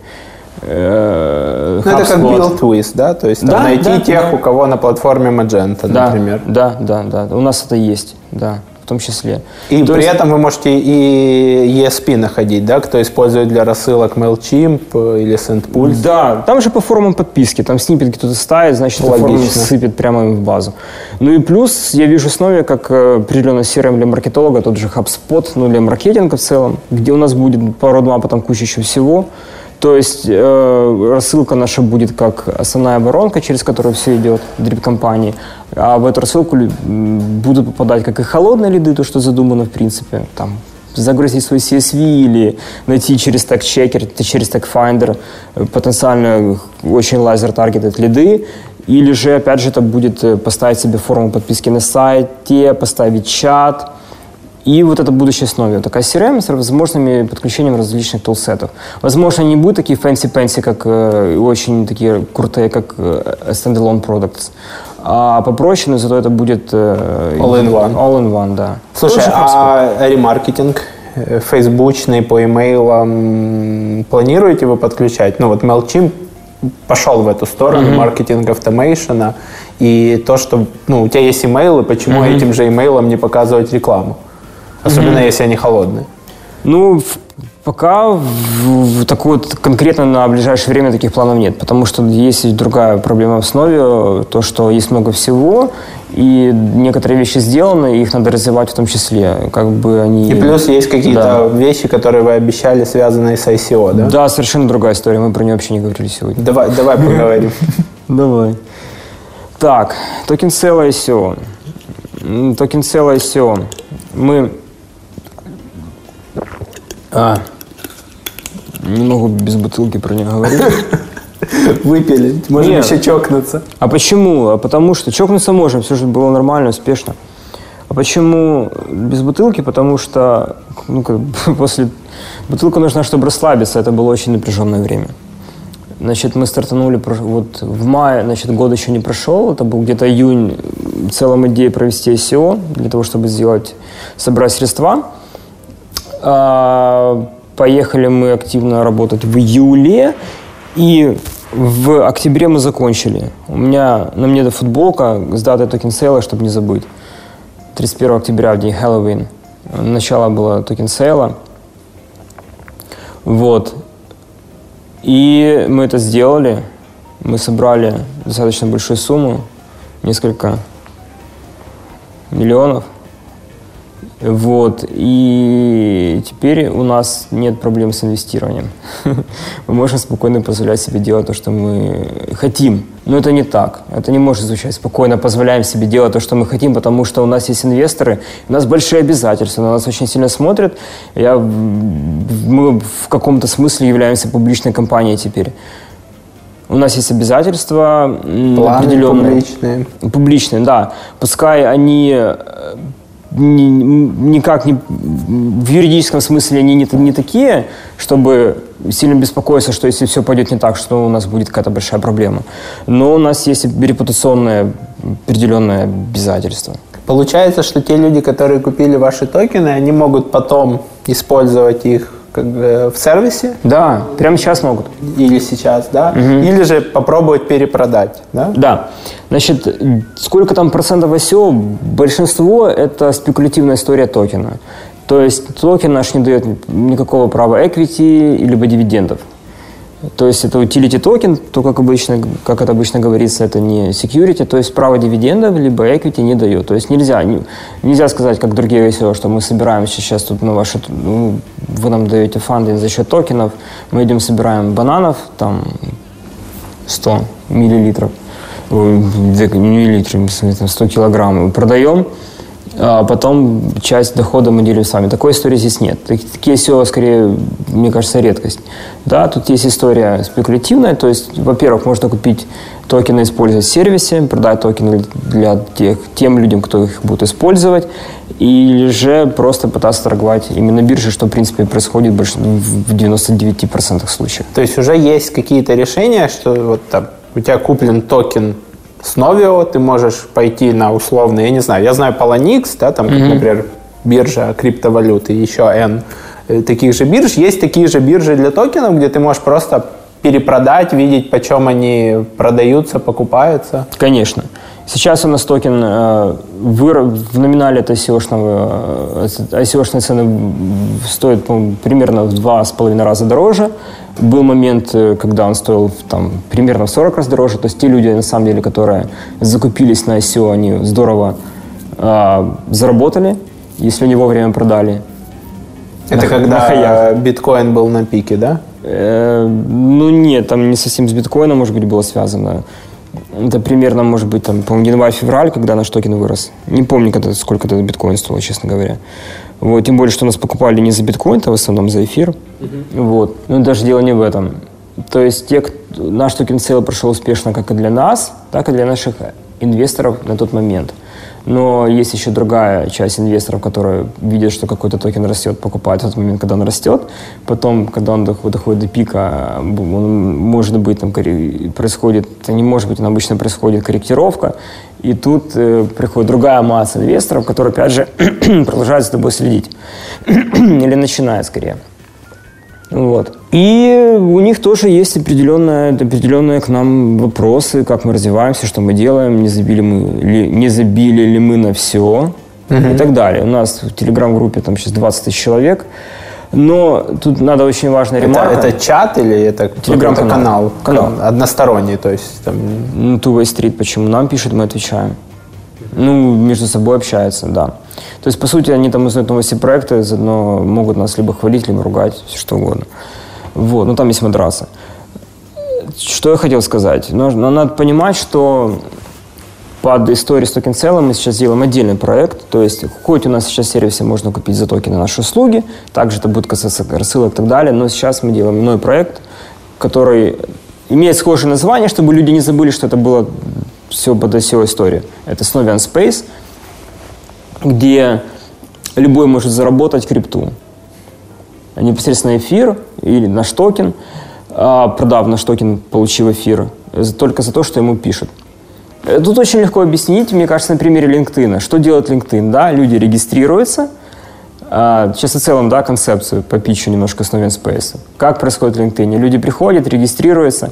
э, ну, это как BuildWith, да? То есть да, найти да, тех, да. у кого на платформе Magento, да, например. Да, да, да. У нас это есть, да, в том числе. И То при есть... этом вы можете и и эс пи находить, да? Кто использует для рассылок MailChimp или SendPulse. Да, там же по формам подписки, там сниппет кто-то ставит, значит, эта форма сыпет прямо им в базу. Ну и плюс я вижу основе, как определенно си ар эм для маркетолога, тот же HubSpot, ну для маркетинга в целом, где у нас будет по родмапу там куча еще всего. То есть э, рассылка наша будет как основная воронка, через которую все идет, дрип-компании. А в эту рассылку будут попадать как и холодные лиды, то, что задумано в принципе, там, загрузить свой си эс ви или найти через Tag Checker, через Tag Finder потенциально очень лазер-таргетед лиды. Или же, опять же, это будет поставить себе форму подписки на сайте, поставить чат. И вот это будущее основе. Такая си ар эм с возможными подключением различных тулсетов. Возможно, не будут такие fancy-пенси, как э, очень такие крутые, как э, standalone products. А попроще, но зато это будет... Э, all-in-one. All-in-one, да. Слушай, а ремаркетинг фейсбучный по имейлам планируете вы подключать? Ну вот MailChimp пошел в эту сторону, mm-hmm. маркетинг автомейшена. И то, что ну, у тебя есть имейлы, почему mm-hmm. этим же имейлом не показывать рекламу? Особенно, mm-hmm. если они холодные. Ну, пока в, в, так вот, конкретно на ближайшее время таких планов нет, потому что есть другая проблема в основе, то, что есть много всего, и некоторые вещи сделаны, и их надо развивать в том числе. Как бы они... И плюс есть какие-то да. вещи, которые вы обещали, связанные с ай си о, да? Да, совершенно другая история, мы про нее вообще не говорили сегодня. Давай, давай поговорим. Давай. Так, токен сел ай си о. Токен сел ай си о. Мы... А, не могу без бутылки про нее говорить. Выпили, можем Нет. еще чокнуться. А почему? А потому что чокнуться можем, все же было нормально, успешно. А почему без бутылки? Потому что ну, как, после... Бутылка нужна, чтобы расслабиться, это было очень напряженное время. Значит, мы стартанули вот в мае, значит, год еще не прошел, это был где-то июнь, в целом идея провести ай си о для того, чтобы сделать, собрать средства. Поехали мы активно работать в июле, и в октябре мы закончили. У меня на мне футболка с датой токен сейла, чтобы не забыть. тридцать первого октября, в день Хэллоуин. Начало было токен сейла. Вот. И мы это сделали. Мы собрали достаточно большую сумму, несколько миллионов. Вот. И теперь у нас нет проблем с инвестированием. Мы можем спокойно позволять себе делать то, что мы хотим. Но это не так. Это не может звучать. Спокойно позволяем себе делать то, что мы хотим, потому что у нас есть инвесторы, у нас большие обязательства, на нас очень сильно смотрят. Я, мы в каком-то смысле являемся публичной компанией теперь. У нас есть обязательства планы определенные. Публичные. Публичные, да. Пускай они никак не, в юридическом смысле они не, не такие, чтобы сильно беспокоиться, что если все пойдет не так, что у нас будет какая-то большая проблема. Но у нас есть репутационное определенное обязательство. Получается, что те люди, которые купили ваши токены, они могут потом использовать их как бы в сервисе? Да, прямо сейчас могут. Или сейчас, да? Угу. Или же попробовать перепродать, да? Да. Значит, сколько там процентов ай си о? Большинство – это спекулятивная история токена. То есть токен наш не дает никакого права equity либо дивидендов. То есть это utility токен, то, как обычно, как это обычно говорится, это не security, то есть право дивидендов либо equity не дает. То есть нельзя, не, нельзя сказать, как другие ай си о, что мы собираем сейчас тут на ваши, ну, вы нам даете фанды за счет токенов, мы идем собираем бананов, там сто миллилитров, миллилитров, сто килограмм, продаем, а потом часть дохода мы делим с вами. Такой истории здесь нет. Такие ай си о, скорее, мне кажется, редкость. Да, тут есть история спекулятивная, то есть, во-первых, можно купить токены, использовать в сервисе, продать токены для тех, тем людям, кто их будет использовать, или же просто пытаться торговать именно на бирже, что, в принципе, происходит в девяноста девяти процентах случаев. То есть уже есть какие-то решения, что вот там у тебя куплен токен с Novio, ты можешь пойти на условный, я не знаю, я знаю Poloniex, да, там, как, mm-hmm. например, биржа криптовалюты, еще N таких же бирж. Есть такие же биржи для токенов, где ты можешь просто перепродать, видеть, почем они продаются, покупаются. Конечно. Сейчас у нас токен э, вырос, в номинале от ай си о-шного, ай си о-шные цены стоят, по-моему, примерно в два с половиной раза дороже. Был момент, когда он стоил там, примерно в сорок раз дороже. То есть те люди, на самом деле, которые закупились на ай си о, они здорово э, заработали, если они вовремя продали. Это на, когда на биткоин был на пике, да? Э, ну нет, там не совсем с биткоином, может быть, было связано. Это примерно, может быть, там, по-моему, январь-февраль, когда наш токен вырос. Не помню, когда, сколько тогда биткоин стоил, честно говоря. Вот, тем более, что нас покупали не за биткоин, а в основном за эфир. Uh-huh. Вот. Но даже дело не в этом. То есть те, кто, наш токен сейл прошел успешно как и для нас, так и для наших инвесторов на тот момент. Но есть еще другая часть инвесторов, которые видят, что какой-то токен растет, покупают в тот момент, когда он растет. Потом, когда он доходит до пика, он, может быть, там происходит, не может быть, он обычно происходит корректировка. И тут э, приходит другая масса инвесторов, которые, опять же, продолжают за тобой следить. Или начинают, скорее. Вот. И у них тоже есть определенные, определенные к нам вопросы, как мы развиваемся, что мы делаем, не забили, мы ли, не забили ли мы на все uh-huh. и так далее. У нас в телеграм-группе там сейчас двадцать тысяч человек, но тут надо очень важная ремарка. Это, это чат или это телеграм-канал? Канал. Односторонний, то есть там... Ну, Two Way Street, почему? Нам пишут, мы отвечаем. Ну, между собой общаются, да. То есть, по сути, они там узнают новости проекта, заодно могут нас либо хвалить, либо ругать, все что угодно. Вот, ну там есть модерация. Что я хотел сказать? Но надо понимать, что под историей с токен сейлом мы сейчас делаем отдельный проект. То есть, хоть у нас сейчас в сервисе можно купить за токены наши услуги, также это будет касаться рассылок и так далее, но сейчас мы делаем иной проект, который имеет схожее название, чтобы люди не забыли, что это было все под ай си о история. Это Snovian Space, где любой может заработать крипту. Непосредственно эфир или наш токен, продав наш токен, получив эфир, только за то, что ему пишут. Тут очень легко объяснить, мне кажется, на примере LinkedIn. Что делает LinkedIn? Да? Люди регистрируются. Сейчас в целом, да, концепцию по питчу немножко с Novin Space. Как происходит в LinkedIn? Люди приходят, регистрируются,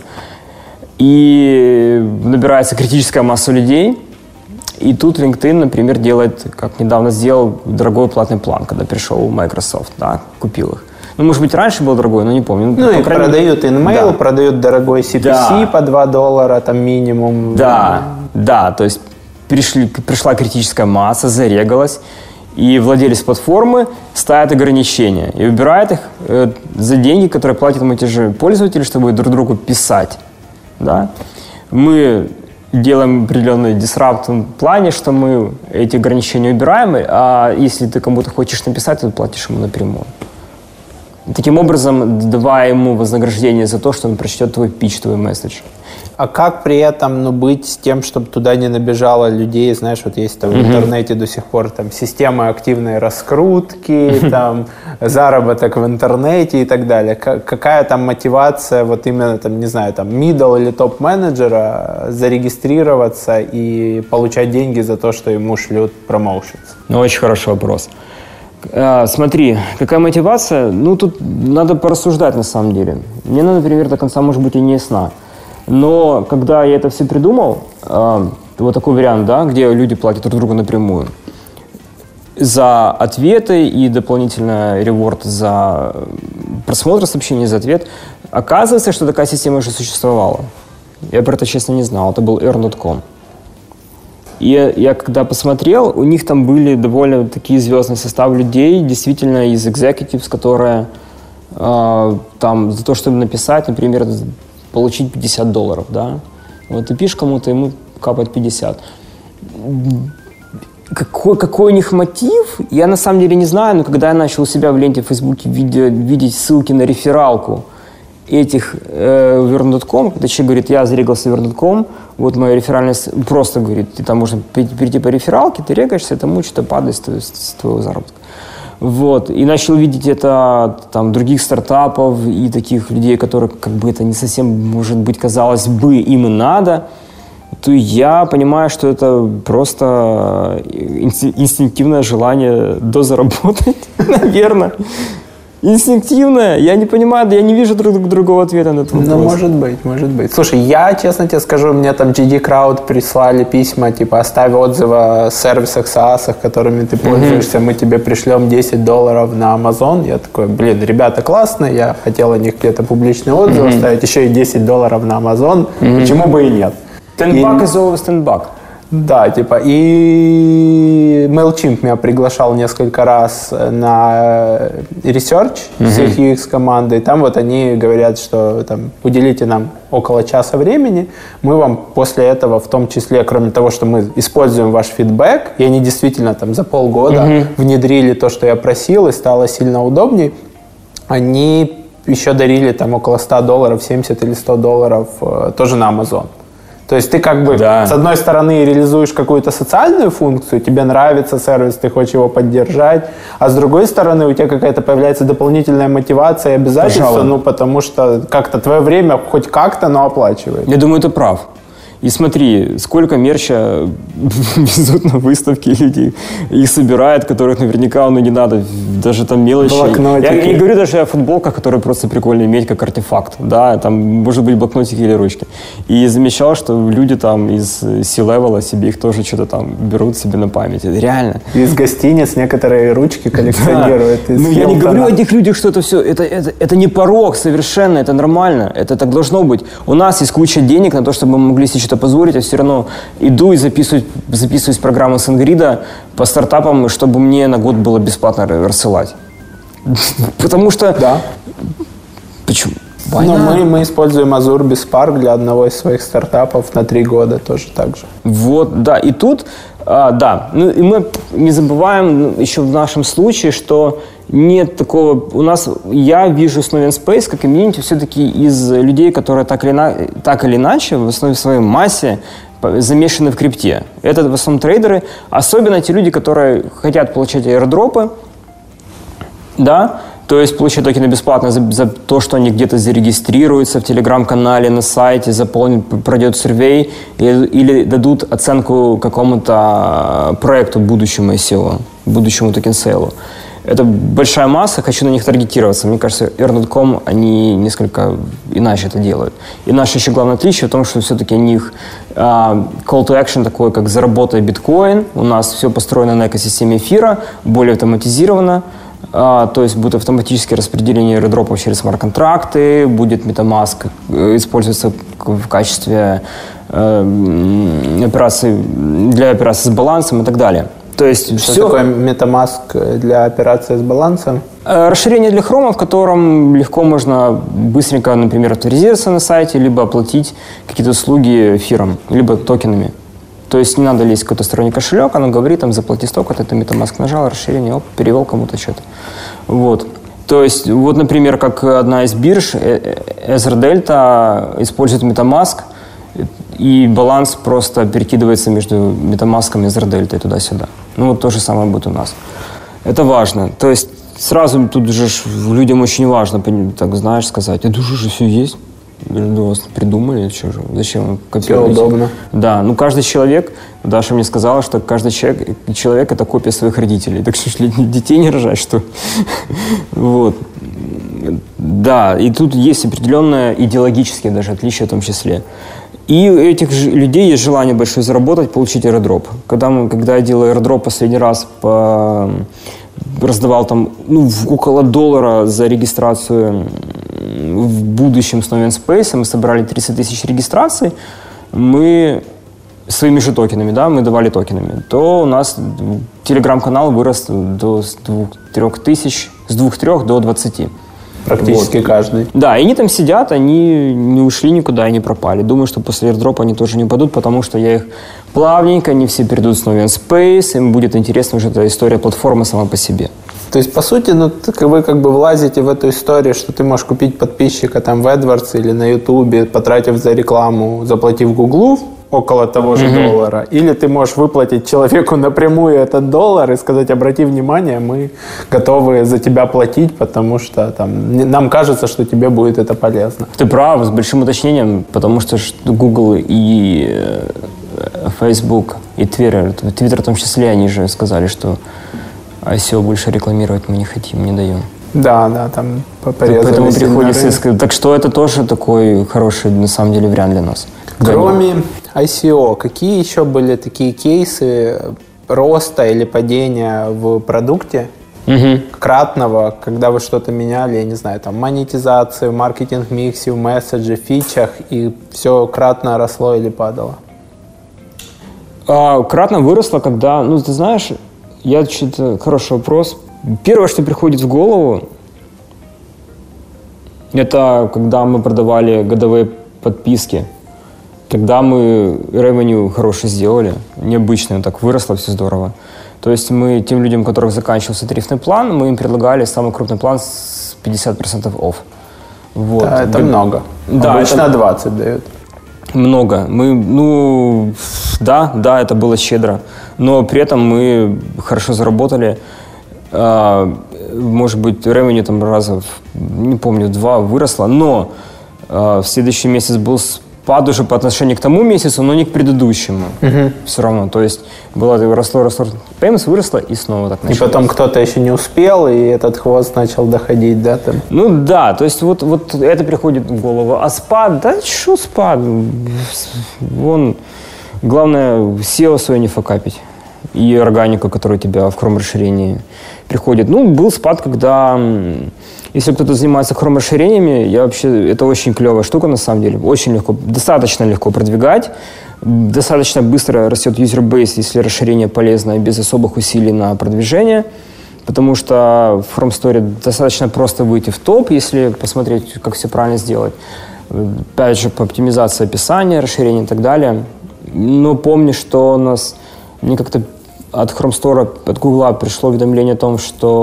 и набирается критическая масса людей. И тут LinkedIn, например, делает, как недавно сделал, дорогой платный план, когда пришел Microsoft, да, купил их. Ну, может быть, раньше был дорогой, но не помню. Ну, ну и продают InMail, да. продают дорогой си пи си да. по два доллара, там минимум. Да, да, то есть пришли, пришла критическая масса, зарегалась, и владелец платформы ставит ограничения и выбирает их э, за деньги, которые платят ему те же пользователи, чтобы друг другу писать. Да? Мы делаем определенный дисрапт в плане, что мы эти ограничения убираем, а если ты кому-то хочешь написать, то платишь ему напрямую. Таким образом, давая ему вознаграждение за то, что он прочтет твой питч, твой месседж. А как при этом ну, быть с тем, чтобы туда не набежало людей, знаешь, вот есть там, в mm-hmm. интернете до сих пор там система активной раскрутки, mm-hmm. там заработок в интернете и так далее. К- какая там мотивация вот именно там, не знаю, там middle или топ-менеджера зарегистрироваться и получать деньги за то, что ему шлют промоушенс? Ну, очень хороший вопрос. А, смотри, какая мотивация? Ну, тут надо порассуждать на самом деле. Мне, например, до конца, может быть, и не ясна. Но когда я это все придумал, э, вот такой вариант, да, где люди платят друг другу напрямую за ответы и дополнительно реворд за просмотр сообщений, за ответ, оказывается, что такая система уже существовала. Я про это, честно, не знал. Это был earn точка ком. И я, я когда посмотрел, у них там были довольно такие звездный состав людей, действительно из executives, которые э, там за то, чтобы написать, например, получить пятьдесят долларов, да. Вот ты пишешь кому-то, ему капает пятьдесят. Какой, какой у них мотив, я на самом деле не знаю, но когда я начал у себя в ленте в Фейсбуке видеть, видеть ссылки на рефералку этих э, в earn точка ком, когда человек говорит, я зарегался в earn точка ком, вот моя реферальная, просто говорит, там можно перейти по рефералке, ты регаешься, тому что-то падает с твоего заработка. Вот. И начал видеть это там других стартапов и таких людей, которые как бы это не совсем, может быть, казалось бы, им и надо, то я понимаю, что это просто инстинктивное желание дозаработать, наверное. Инстинктивное. Я не понимаю, я не вижу друг другого ответа на этот вопрос. Ну, может быть, может быть. Слушай, я, честно тебе скажу, мне там джи ди Crowd прислали письма, типа, оставь отзывы о сервисах, SaaS, которыми ты пользуешься, mm-hmm. мы тебе пришлем десять долларов на Amazon. Я такой, блин, ребята классные, я хотел о них где-то публичный отзыв mm-hmm. оставить, еще и десять долларов на Amazon, mm-hmm. почему бы и нет? Ten buck is always ten buck. Да, типа, и MailChimp меня приглашал несколько раз на research mm-hmm. с их ю экс-командой. Там вот они говорят, что там, уделите нам около часа времени, мы вам после этого, в том числе, кроме того, что мы используем ваш фидбэк, и они действительно там за полгода mm-hmm. внедрили то, что я просил, и стало сильно удобнее, они еще дарили там около сто долларов, семьдесят или сто долларов тоже на Amazon. То есть ты как бы да. с одной стороны реализуешь какую-то социальную функцию, тебе нравится сервис, ты хочешь его поддержать, а с другой стороны у тебя какая-то появляется дополнительная мотивация и обязательства, Пожалуй. ну потому что как-то твое время хоть как-то, но оплачивает. Я думаю, ты прав. И смотри, сколько мерча везут на выставки, люди их собирают, которых наверняка ну, не надо, даже там мелочи. Блокнотики. Я не говорю даже о футболках, которые просто прикольно иметь как артефакт, да, там может быть блокнотики или ручки. И замечал, что люди там из C-level себе их тоже что-то там берут себе на память. Это реально. Из гостиниц некоторые ручки коллекционируют. Да. Ну я не говорю о этих людях, что это все, это, это, это не порог совершенно, это нормально, это так должно быть. У нас есть куча денег на то, чтобы мы могли себе что-то позволить, я все равно иду и записываюсь, записываюсь в программу SendGrid по стартапам, чтобы мне на год было бесплатно рассылать. Потому что... Да. Почему? Но мы, мы используем Azure BizSpark для одного из своих стартапов на три года тоже так же. Вот, да. И тут, а, да. Ну, и мы не забываем еще в нашем случае, что нет такого... У нас, я вижу Novin Space как комьюнити все-таки из людей, которые так или, на, так или иначе, в основе своей массе, замешаны в крипте. Это в основном трейдеры, особенно те люди, которые хотят получать аирдропы, да, То есть получают токены бесплатно за, за то, что они где-то зарегистрируются в телеграм-канале, на сайте, заполнят, пройдет сервей или, или дадут оценку какому-то проекту будущему ай си о, будущему токен-сейлу. Это большая масса, хочу на них таргетироваться. Мне кажется, эр точка ком, они несколько иначе это делают. И наше еще главное отличие в том, что все-таки у них uh, call to action такой, как «заработай биткоин». У нас все построено на экосистеме эфира, более автоматизировано. Uh, то есть будет автоматическое распределение аирдропов через смарт-контракты, будет MetaMask использоваться в качестве uh, операции, для операций с балансом и так далее. То есть что все... такое MetaMask для операции с балансом? Расширение для Chrome, в котором легко можно быстренько, например, авторизироваться на сайте, либо оплатить какие-то услуги эфиром, либо токенами. То есть не надо лезть в какой-то сторонний кошелек, оно говорит, там, заплати столько, ты MetaMask нажал, расширение, оп, перевел кому-то что-то. Вот. То есть, вот, например, как одна из бирж, EtherDelta, использует MetaMask, и баланс просто перекидывается между MetaMask и EtherDelta туда-сюда. Ну, вот то же самое будет у нас. Это важно. То есть, сразу тут же людям очень важно, так знаешь, сказать, это уже все есть. У вас придумали, что же, зачем копировать? Все удобно. Да, ну каждый человек, Даша мне сказала, что каждый человек, человек это копия своих родителей. Так что детей не рожать, что? Вот. Да, и тут есть определенное идеологические даже отличия в том числе. И у этих людей есть желание большое заработать, получить аирдроп. Когда, мы, когда я делал аирдроп последний раз, по, раздавал там ну, около доллара за регистрацию в будущем с Novenspace, мы собрали тридцать тысяч регистраций, мы своими же токенами, да, мы давали токенами, то у нас телеграм-канал вырос до двух-трёх тысяч, с двух-трёх до двадцати. Практически вот. Каждый. Да, и они там сидят, они не ушли никуда и не пропали. Думаю, что после airdrop они тоже не упадут, потому что я их плавненько, они все перейдут с Novenspace, им будет интересна уже эта история платформы сама по себе. То есть, по сути, ну, вы как бы влазите в эту историю, что ты можешь купить подписчика там в AdWords или на YouTube, потратив за рекламу, заплатив Гуглу около того же mm-hmm. доллара. Или ты можешь выплатить человеку напрямую этот доллар и сказать, обрати внимание, мы готовы за тебя платить, потому что там, нам кажется, что тебе будет это полезно. Ты прав, с большим уточнением, потому что Google и Facebook, и Twitter, Twitter в том числе, они же сказали, что ай си о больше рекламировать мы не хотим, не даем. Да, да, там порезали. Поэтому приходится искать. Так что это тоже такой хороший, на самом деле, вариант для нас. Кроме ай си о, какие еще были такие кейсы роста или падения в продукте угу. кратного, когда вы что-то меняли, я не знаю, там, монетизацию, маркетинг-миксе, в месседже, фичах, и все кратно росло или падало? А, кратно выросло, когда, ну, ты знаешь, я что-то, хороший вопрос. Первое, что приходит в голову, это когда мы продавали годовые подписки. Тогда мы revenue хороший сделали, необычно, так выросло, все здорово. То есть мы тем людям, у которых заканчивался тарифный план, мы им предлагали самый крупный план с пятьдесят процентов off. Вот. Да, это Г... много. Да, обычно это... двадцать дают. Много. Мы, ну, да, да, это было щедро. Но при этом мы хорошо заработали. А, может быть, revenue там раза, не помню, два выросло. Но а, в следующий месяц был спад уже по отношению к тому месяцу, но не к предыдущему. Угу. Все равно. То есть было росло, росло, payments выросло и снова так началось. И потом кто-то еще не успел, и этот хвост начал доходить, да? Там? Ну да, то есть вот, вот это приходит в голову. А спад, да что спад? Вон, главное сео свое не факапить. И органику, которая у тебя в Chrome-расширении приходит. Ну, был спад, когда... Если кто-то занимается Chrome-расширениями, я вообще... Это очень клевая штука, на самом деле. Очень легко, достаточно легко продвигать. Достаточно быстро растет user-base, если расширение полезно, без особых усилий на продвижение. Потому что в Chrome Store достаточно просто выйти в топ, если посмотреть, как все правильно сделать. Опять же, по оптимизации описания, расширения и так далее. Но помни, что у нас... Мне как-то от Chrome Store, от Google пришло уведомление о том,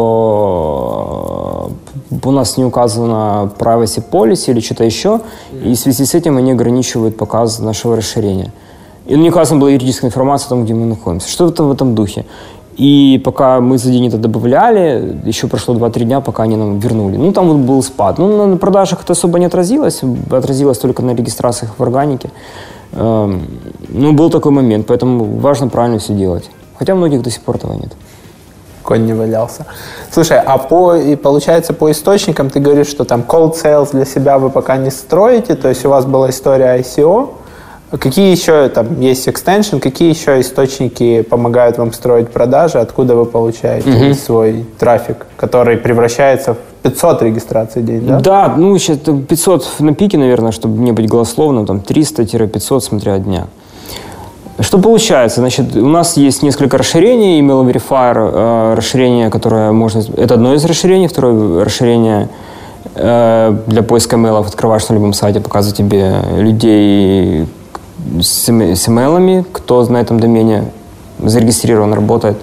что у нас не указано privacy policy или что-то еще, и в связи с этим они ограничивают показ нашего расширения. И не указана была юридическая информация о том, где мы находимся. Что-то в этом духе. И пока мы за день это добавляли, еще прошло два-три дня, пока они нам вернули. Ну, там вот был спад. Ну, на продажах это особо не отразилось, отразилось только на регистрациях в органике. Ну, был такой момент, поэтому важно правильно все делать. Хотя у многих до сих пор этого нет. Конь не валялся. Слушай, а по, и получается по источникам ты говоришь, что там cold sales для себя вы пока не строите, то есть у вас была история ай си о. Какие еще там есть экстеншн, какие еще источники помогают вам строить продажи, откуда вы получаете mm-hmm. свой трафик, который превращается в пятьсот регистраций в день, да? Да, ну сейчас пятьсот на пике, наверное, чтобы не быть голословным, там триста-пятьсот, смотря от дня. Что получается? Значит, у нас есть несколько расширений. Email Verifier, э, расширение, которое можно... Это одно из расширений. Второе расширение э, для поиска имейлов. Открываешь на любом сайте, показывает тебе людей с, с имейлами, кто на этом домене зарегистрирован, работает.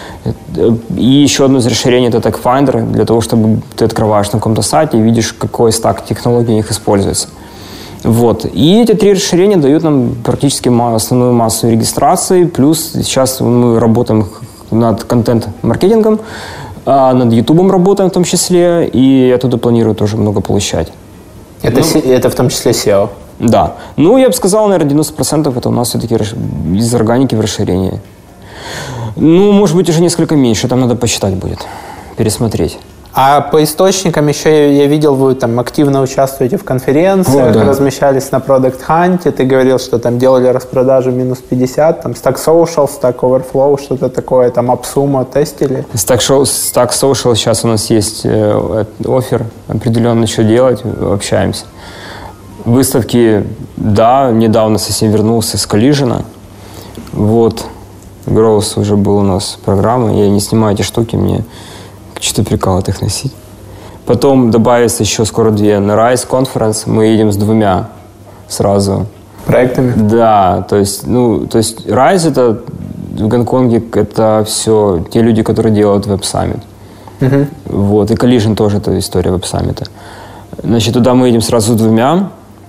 И еще одно из расширений – это Tag Finder, для того, чтобы ты открываешь на каком-то сайте и видишь, какой стак технологий у них используется. Вот. И эти три расширения дают нам практически основную массу регистрации, плюс сейчас мы работаем над контент-маркетингом, над Ютубом работаем в том числе, и я оттуда планирую тоже много получать. Это, ну, это в том числе сео? Да. Ну, я бы сказал, наверное, девяносто процентов это у нас все-таки из органики в расширении. Ну, может быть, уже несколько меньше, там надо посчитать будет, пересмотреть. А по источникам еще я, я видел, вы там активно участвуете в конференциях, вот, да. размещались на Product Hunt, ты говорил, что там делали распродажу минус пятьдесят, там Stack Social, Stack Overflow, что-то такое, там AppSumo тестили. Stack, show, Stack Social сейчас у нас есть э, оффер, определенно что делать, общаемся. Выставки, да, недавно совсем вернулся с Collision, вот, Growth уже был у нас программа, я не снимаю эти штуки, мне... Что-то прикалывает их носить. Потом добавится еще скоро две на Rise Conference. Мы едем с двумя сразу. Проектами? Да. То есть, ну, то есть Rise это в Гонконге это все те люди, которые делают Web Summit. Uh-huh. Вот. И Collision тоже это история Web Summit. Значит, туда мы едем сразу с двумя.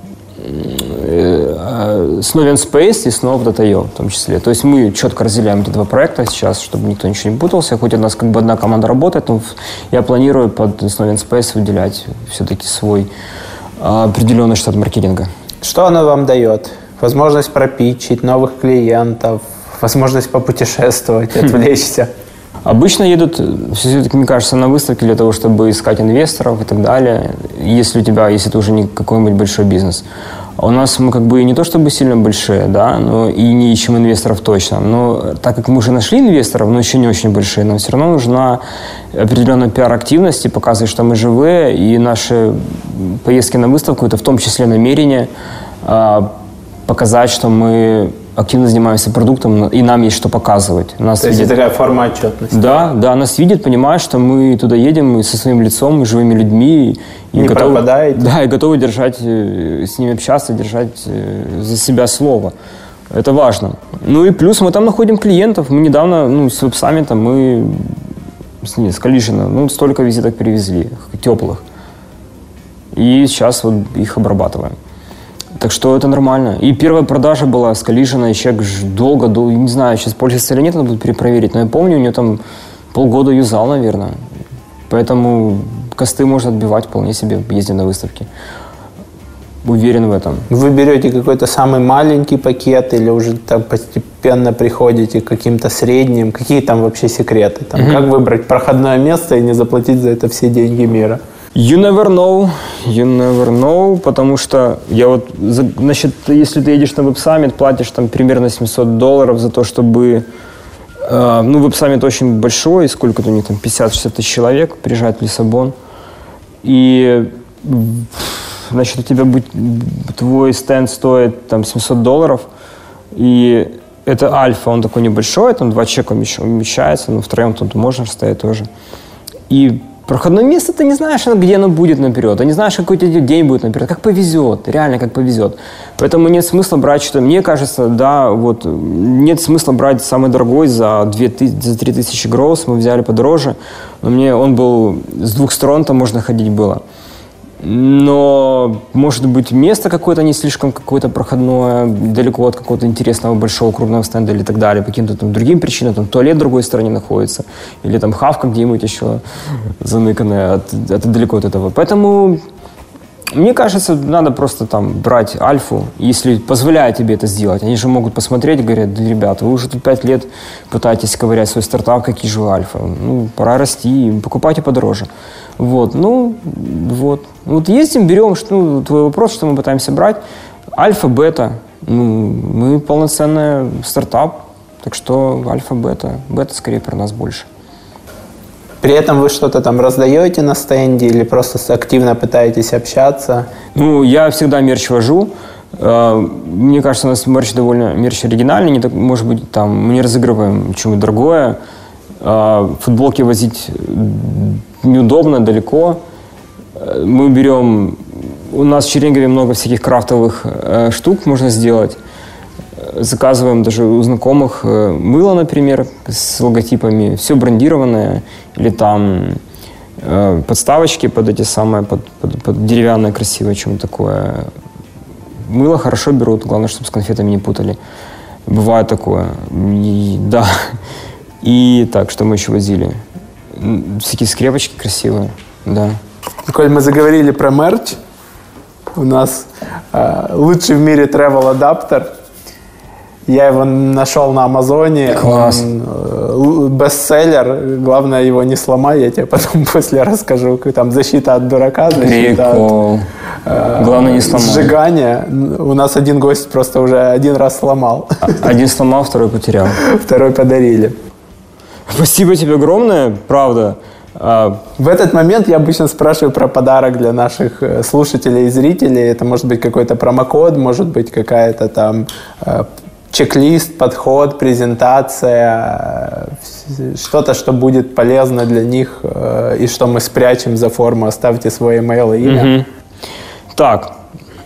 С Novin Space и с Nov точка ай о в том числе. То есть мы четко разделяем эти два проекта сейчас, чтобы никто ничего не путался. Хоть у нас как бы одна команда работает, но я планирую под Novin Space выделять все-таки свой определенный штат маркетинга. Что оно вам дает? Возможность пропитчить новых клиентов, возможность попутешествовать, отвлечься? Обычно едут, все-таки, мне кажется, на выставки для того, чтобы искать инвесторов и так далее, если у тебя, если это уже не какой-нибудь большой бизнес. А у нас мы как бы не то чтобы сильно большие, да, но и не ищем инвесторов точно. Но так как мы уже нашли инвесторов, но еще не очень большие, нам все равно нужна определенная пиар-активность и показывать, что мы живые, и наши поездки на выставку – это в том числе намерение а, показать, что мы активно занимаемся продуктом, и нам есть что показывать. Нас То есть видят... это такая форма отчетности? Да, да, нас видят, понимают, что мы туда едем и со своим лицом, и живыми людьми. И не готовы, пропадаете? Да, и готовы держать, с ними общаться, держать за себя слово. Это важно. Ну и плюс мы там находим клиентов. Мы недавно, ну, с Web Summit мы с, не, с Collision, ну, столько визиток перевезли, теплых. И сейчас вот их обрабатываем. Так что это нормально. И первая продажа была с Collision, и человек долго, долго, не знаю, сейчас пользуется или нет, надо будет перепроверить, но я помню, у нее там полгода юзал, наверное. Поэтому косты можно отбивать вполне себе, ездя на выставки. Уверен в этом. Вы берете какой-то самый маленький пакет или уже там постепенно приходите к каким-то средним? Какие там вообще секреты? Там, mm-hmm. Как выбрать проходное место и не заплатить за это все деньги мира? You never know, you never know, потому что я вот, значит, если ты едешь на Web Summit, платишь там примерно семьсот долларов за то, чтобы, э, ну, Web Summit очень большой, сколько-то у них там, пятьдесят-шестьдесят тысяч человек приезжает в Лиссабон, и, значит, у тебя будет, твой стенд стоит там семьсот долларов, и это альфа, он такой небольшой, там два человека умещается, но втроем тут можно стоять тоже, и проходное место, ты не знаешь, где оно будет наперед, ты не знаешь, какой у тебя день будет наперед, как повезет, реально как повезет. Поэтому нет смысла брать что-то, мне кажется, да, вот, нет смысла брать самый дорогой за две тысячи, за три тысячи гроус, мы взяли подороже, но мне он был, с двух сторон там можно ходить было. но, может быть, место какое-то не слишком какое-то проходное, далеко от какого-то интересного большого крупного стенда или так далее, по каким-то там другим причинам, там туалет в другой стороне находится, или там хавка где-нибудь еще заныканная, от, от, далеко от этого. Поэтому, мне кажется, надо просто там брать альфу, если позволяет тебе это сделать. Они же могут посмотреть и говорят: да, ребята, вы уже тут пять лет пытаетесь ковырять свой стартап, какие же вы альфа. Ну, пора расти, покупайте подороже. Вот, ну, вот. Вот ездим, берем, что, ну, твой вопрос, что мы пытаемся брать. Альфа, бета. Ну, мы полноценный стартап, так что альфа, бета. Бета скорее про нас больше. При этом вы что-то там раздаете на стенде или просто активно пытаетесь общаться? Ну, я всегда мерч вожу. Мне кажется, у нас мерч довольно мерч оригинальный. Не так, может быть, там мы не разыгрываем чего-то дорогое. Футболки возить неудобно, далеко. Мы берем... У нас в Чернигове много всяких крафтовых э, штук можно сделать. Заказываем даже у знакомых э, мыло, например, с логотипами. Все брендированное. Или там э, подставочки под эти самые, под, под, под деревянное красивое, чем-то такое. Мыло хорошо берут, главное, чтобы с конфетами не путали. Бывает такое. И, да. И так, что мы еще возили? Всякие скрепочки красивые, да. Коль мы заговорили про мерч, у нас э, лучший в мире travel адаптер. Я его нашел на Амазоне. Класс. Он э, бестселлер. Главное, его не сломай. Я тебе потом после расскажу. Там защита от дурака, защита Прикол. от э, Главное, не сломай. сжигания. У нас один гость просто уже один раз сломал. Один сломал, второй потерял. Второй подарили. Спасибо тебе огромное, правда. В этот момент я обычно спрашиваю про подарок для наших слушателей и зрителей. Это может быть какой-то промокод, может быть какая-то там э, чек-лист, подход, презентация, э, что-то, что будет полезно для них э, и что мы спрячем за форму. Оставьте свой email и имя. Угу. Так.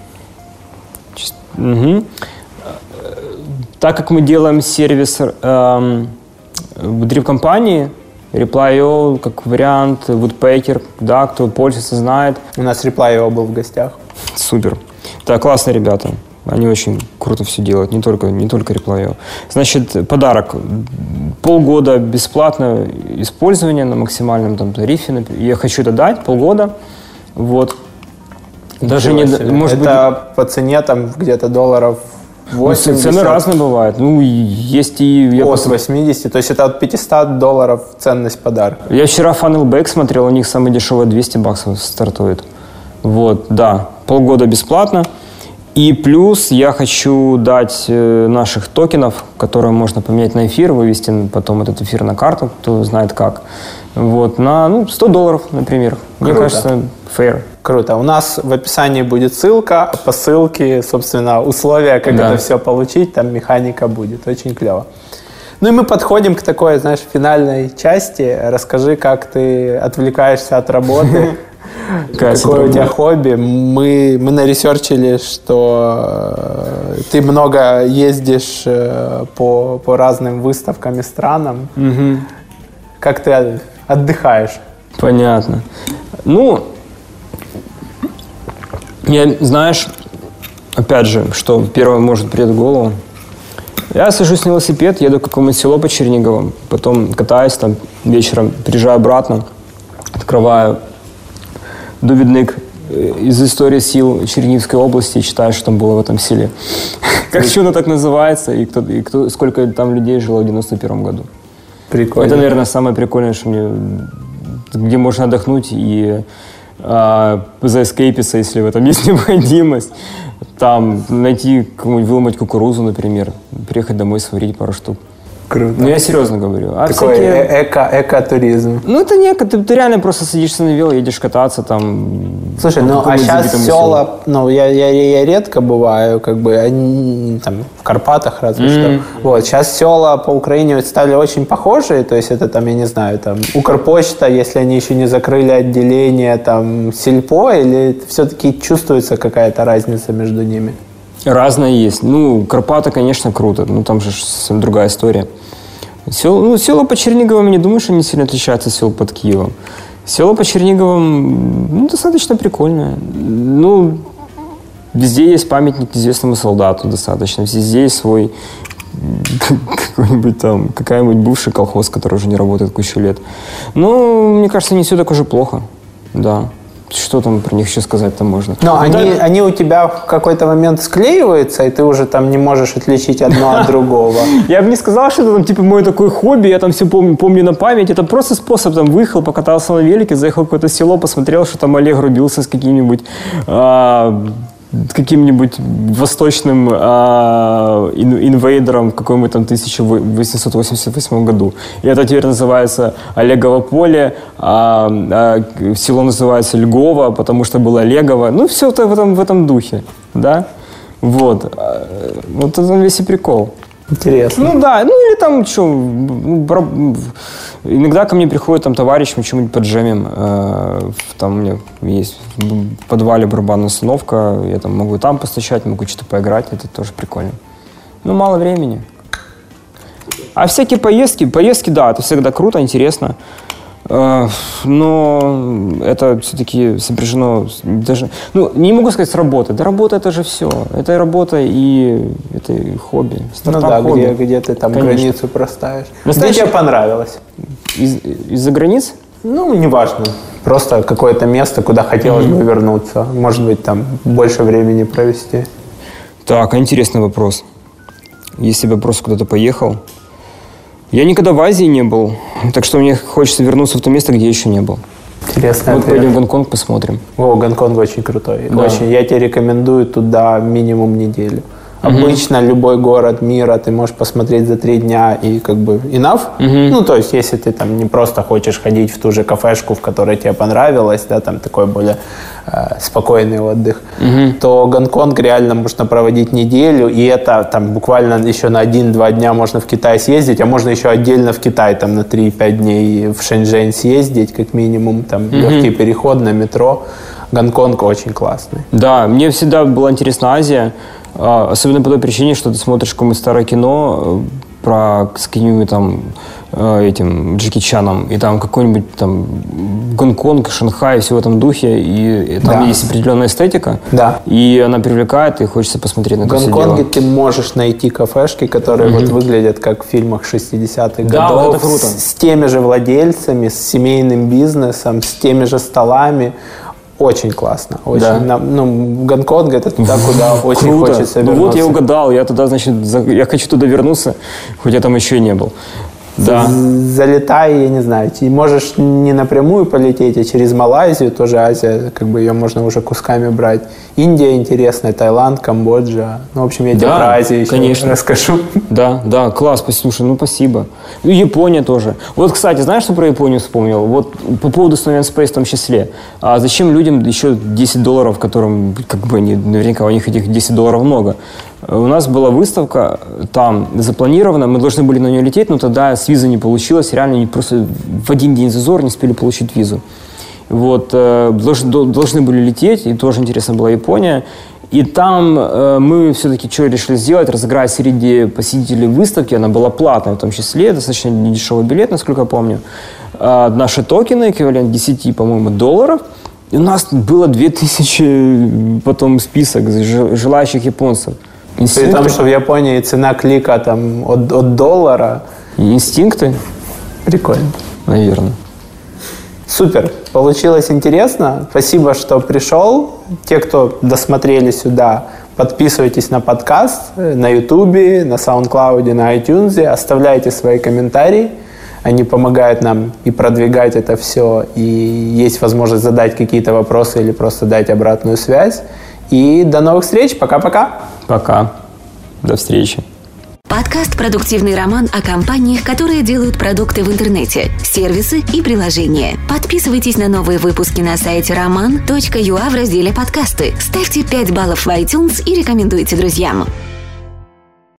Угу. Так как мы делаем сервис э, в дрим-компании, Reply.io как вариант, Woodpecker, да, кто пользуется, знает. У нас Reply.io был в гостях. Супер. Да, классные ребята. Они очень круто все делают, не только, не только Reply.io. Значит, подарок. Полгода бесплатное использование на максимальном там тарифе. Я хочу это дать, полгода. Вот. Даже не, может это быть, по цене там где-то долларов восемьдесят. Цены разные бывают. Ну, есть и... Я от пос... восьмидесяти, то есть это от пятисот долларов ценность подарка. Я вчера Funnelback смотрел, у них самый дешевый двести баксов стартует. Вот, да, полгода бесплатно. И плюс я хочу дать э, наших токенов, которые можно поменять на эфир, вывести потом этот эфир на карту, кто знает как. Вот, на ну, сто долларов, например. Мне Круто. кажется, fair. Круто. У нас в описании будет ссылка, по ссылке, собственно, условия, как да. это все получить, там механика будет. Очень клево. Ну и мы подходим к такой, знаешь, финальной части. Расскажи, как ты отвлекаешься от работы. Какое у тебя хобби? Мы, мы наресерчили, что ты много ездишь по, по разным выставкам и странам. Угу. Как ты отдыхаешь? Понятно. Ну, я, знаешь, опять же, что первое может прийти в голову. Я сажусь на велосипед, еду в какое-нибудь село по Чернигову, потом катаюсь там вечером, приезжаю обратно, открываю довідник из истории сил Черниговской области и читаю, что там было в этом селе. Как что оно так называется и, кто, и кто, сколько там людей жило в девяносто первом году. Прикольно. Это, наверное, самое прикольное, что мне, где можно отдохнуть и а, заэскейпиться, если в этом есть необходимость. Там найти, кому-нибудь выломать кукурузу, например, приехать домой, сварить пару штук. Круто. Ну, я серьезно говорю. А такой всякие... эко, экотуризм. Ну, это не эко, ты, ты реально просто садишься на вело, едешь кататься там. Слушай, ну а сейчас села, ну я, я, я редко бываю, как бы, они, там, в Карпатах разве mm-hmm. что. Вот, сейчас села по Украине стали очень похожие, то есть это там, я не знаю, там, Укрпочта, если они еще не закрыли отделение, там, Сельпо, или все-таки чувствуется какая-то разница между ними? Разное есть. Ну, Карпаты, конечно, круто. Ну, там же совсем другая история. Сел, ну, села по Чернигову, не думаю, что они сильно отличаются от сел под Киевом. Село под Черниговым, ну, достаточно прикольное. Ну, везде есть памятник известному солдату достаточно. Везде есть свой какой-нибудь там, какая-нибудь бывший колхоз, который уже не работает кучу лет. Ну, мне кажется, не все так уже плохо, да. Что там про них еще сказать-то можно? Но ну, они, да. они у тебя в какой-то момент склеиваются, и ты уже там не можешь отличить одно от другого. Я бы не сказал, что это там типа мое такое хобби, я там все помню, помню на память. Это просто способ, там, выехал, покатался на велике, заехал в какое-то село, посмотрел, что там Олег рубился с каким-нибудь... А, каким-нибудь восточным а, инвейдером в каком-нибудь там тысяча восемьсот восемьдесят восьмом году. И это теперь называется Олегово поле, а, а село называется Льгово, потому что было Олегово. Ну, все это в этом, в этом духе, да? Вот. Вот это весь и прикол. Интересно. Ну да, ну или там что, иногда ко мне приходит там товарищ, мы что-нибудь поджемим, э, там у меня есть в подвале барабанная установка, я там могу там постучать, могу что-то поиграть, это тоже прикольно. Ну, мало времени. А всякие поездки, поездки, да, это всегда круто, интересно. Но это все-таки сопряжено даже... Ну, не могу сказать с работой. Да работа — это же все. Это и работа, и это и хобби. Ну да, где, где ты там Конечно. границу проставишь. Настоящий... Где тебе понравилось? Из, из-за границ? Ну, неважно. Просто какое-то место, куда хотелось mm-hmm. бы вернуться. Может быть, там больше времени провести. Так, интересный вопрос. Если бы я просто куда-то поехал... Я никогда в Азии не был, так что мне хочется вернуться в то место, где я еще не был. Интересно. Вот пойдем в Гонконг, посмотрим. О, Гонконг очень крутой. Да. Очень. Я тебе рекомендую туда минимум неделю. Угу. Обычно любой город мира ты можешь посмотреть за три дня и как бы enough. Угу. Ну, то есть, если ты там не просто хочешь ходить в ту же кафешку, в которой тебе понравилось, да, там такой более э, спокойный отдых, угу. то Гонконг реально можно проводить неделю, и это там буквально еще на один-два дня можно в Китай съездить, а можно еще отдельно в Китай там на три-пять дней в Шэньчжэнь съездить, как минимум, там угу. легкий переход на метро. Гонконг очень классный. Да, мне всегда была интересна Азия. Особенно по той причине, что ты смотришь какое-нибудь старое кино про с каким-нибудь там этим Джеки Чаном, и там какой-нибудь там Гонконг, Шанхай, все в этом духе, и, и там да. есть определенная эстетика, да. и она привлекает, и хочется посмотреть на это все дело. В Гонконге ты можешь найти кафешки, которые mm-hmm. вот выглядят как в фильмах шестидесятых да, годов, вот это круто. С, с теми же владельцами, с семейным бизнесом, с теми же столами. Очень классно. Очень, да. на, ну, Гонконг — это туда, куда очень Круто. хочется вернуться. Ну вот я угадал, я туда, значит, за, я хочу туда вернуться, хоть я там еще и не был. Да. Залетай, я не знаю, ты можешь не напрямую полететь, а через Малайзию, тоже Азия, как бы ее можно уже кусками брать. Индия интересная, Таиланд, Камбоджа. Ну, в общем, я тебе да, про Азию еще конечно. расскажу. Да, да, класс, слушай, ну спасибо. И Япония тоже. Вот, кстати, знаешь, что про Японию вспомнил? Вот по поводу Snowman Space в том числе. А зачем людям еще десять долларов, которым, как бы, они, наверняка у них этих десять долларов много? У нас была выставка там запланирована, мы должны были на нее лететь, но тогда с визой не получилось, реально просто в один день зазор не успели получить визу. Вот, должны, должны были лететь, и тоже интересно была Япония. И там э, мы все-таки что решили сделать, разыграть среди посетителей выставки, она была платная в том числе, достаточно недешевый билет, насколько я помню. Э, наши токены, эквивалент десять, по-моему, долларов. И у нас было две тысячи потом список желающих японцев. Инстинкты. При том, что в Японии цена клика там от, от доллара. Инстинкты? Прикольно. Наверное. Супер. Получилось интересно. Спасибо, что пришел. Те, кто досмотрели сюда, подписывайтесь на подкаст на Ютубе, на SoundCloud, на iTunes. Оставляйте свои комментарии. Они помогают нам и продвигать это все. И есть возможность задать какие-то вопросы или просто дать обратную связь. И до новых встреч. Пока-пока. Пока. До встречи. Подкаст «Продуктивный роман» о компаниях, которые делают продукты в интернете, сервисы и приложения. Подписывайтесь на новые выпуски на сайте роман точка ю а в разделе «Подкасты». Ставьте пять баллов в iTunes и рекомендуйте друзьям.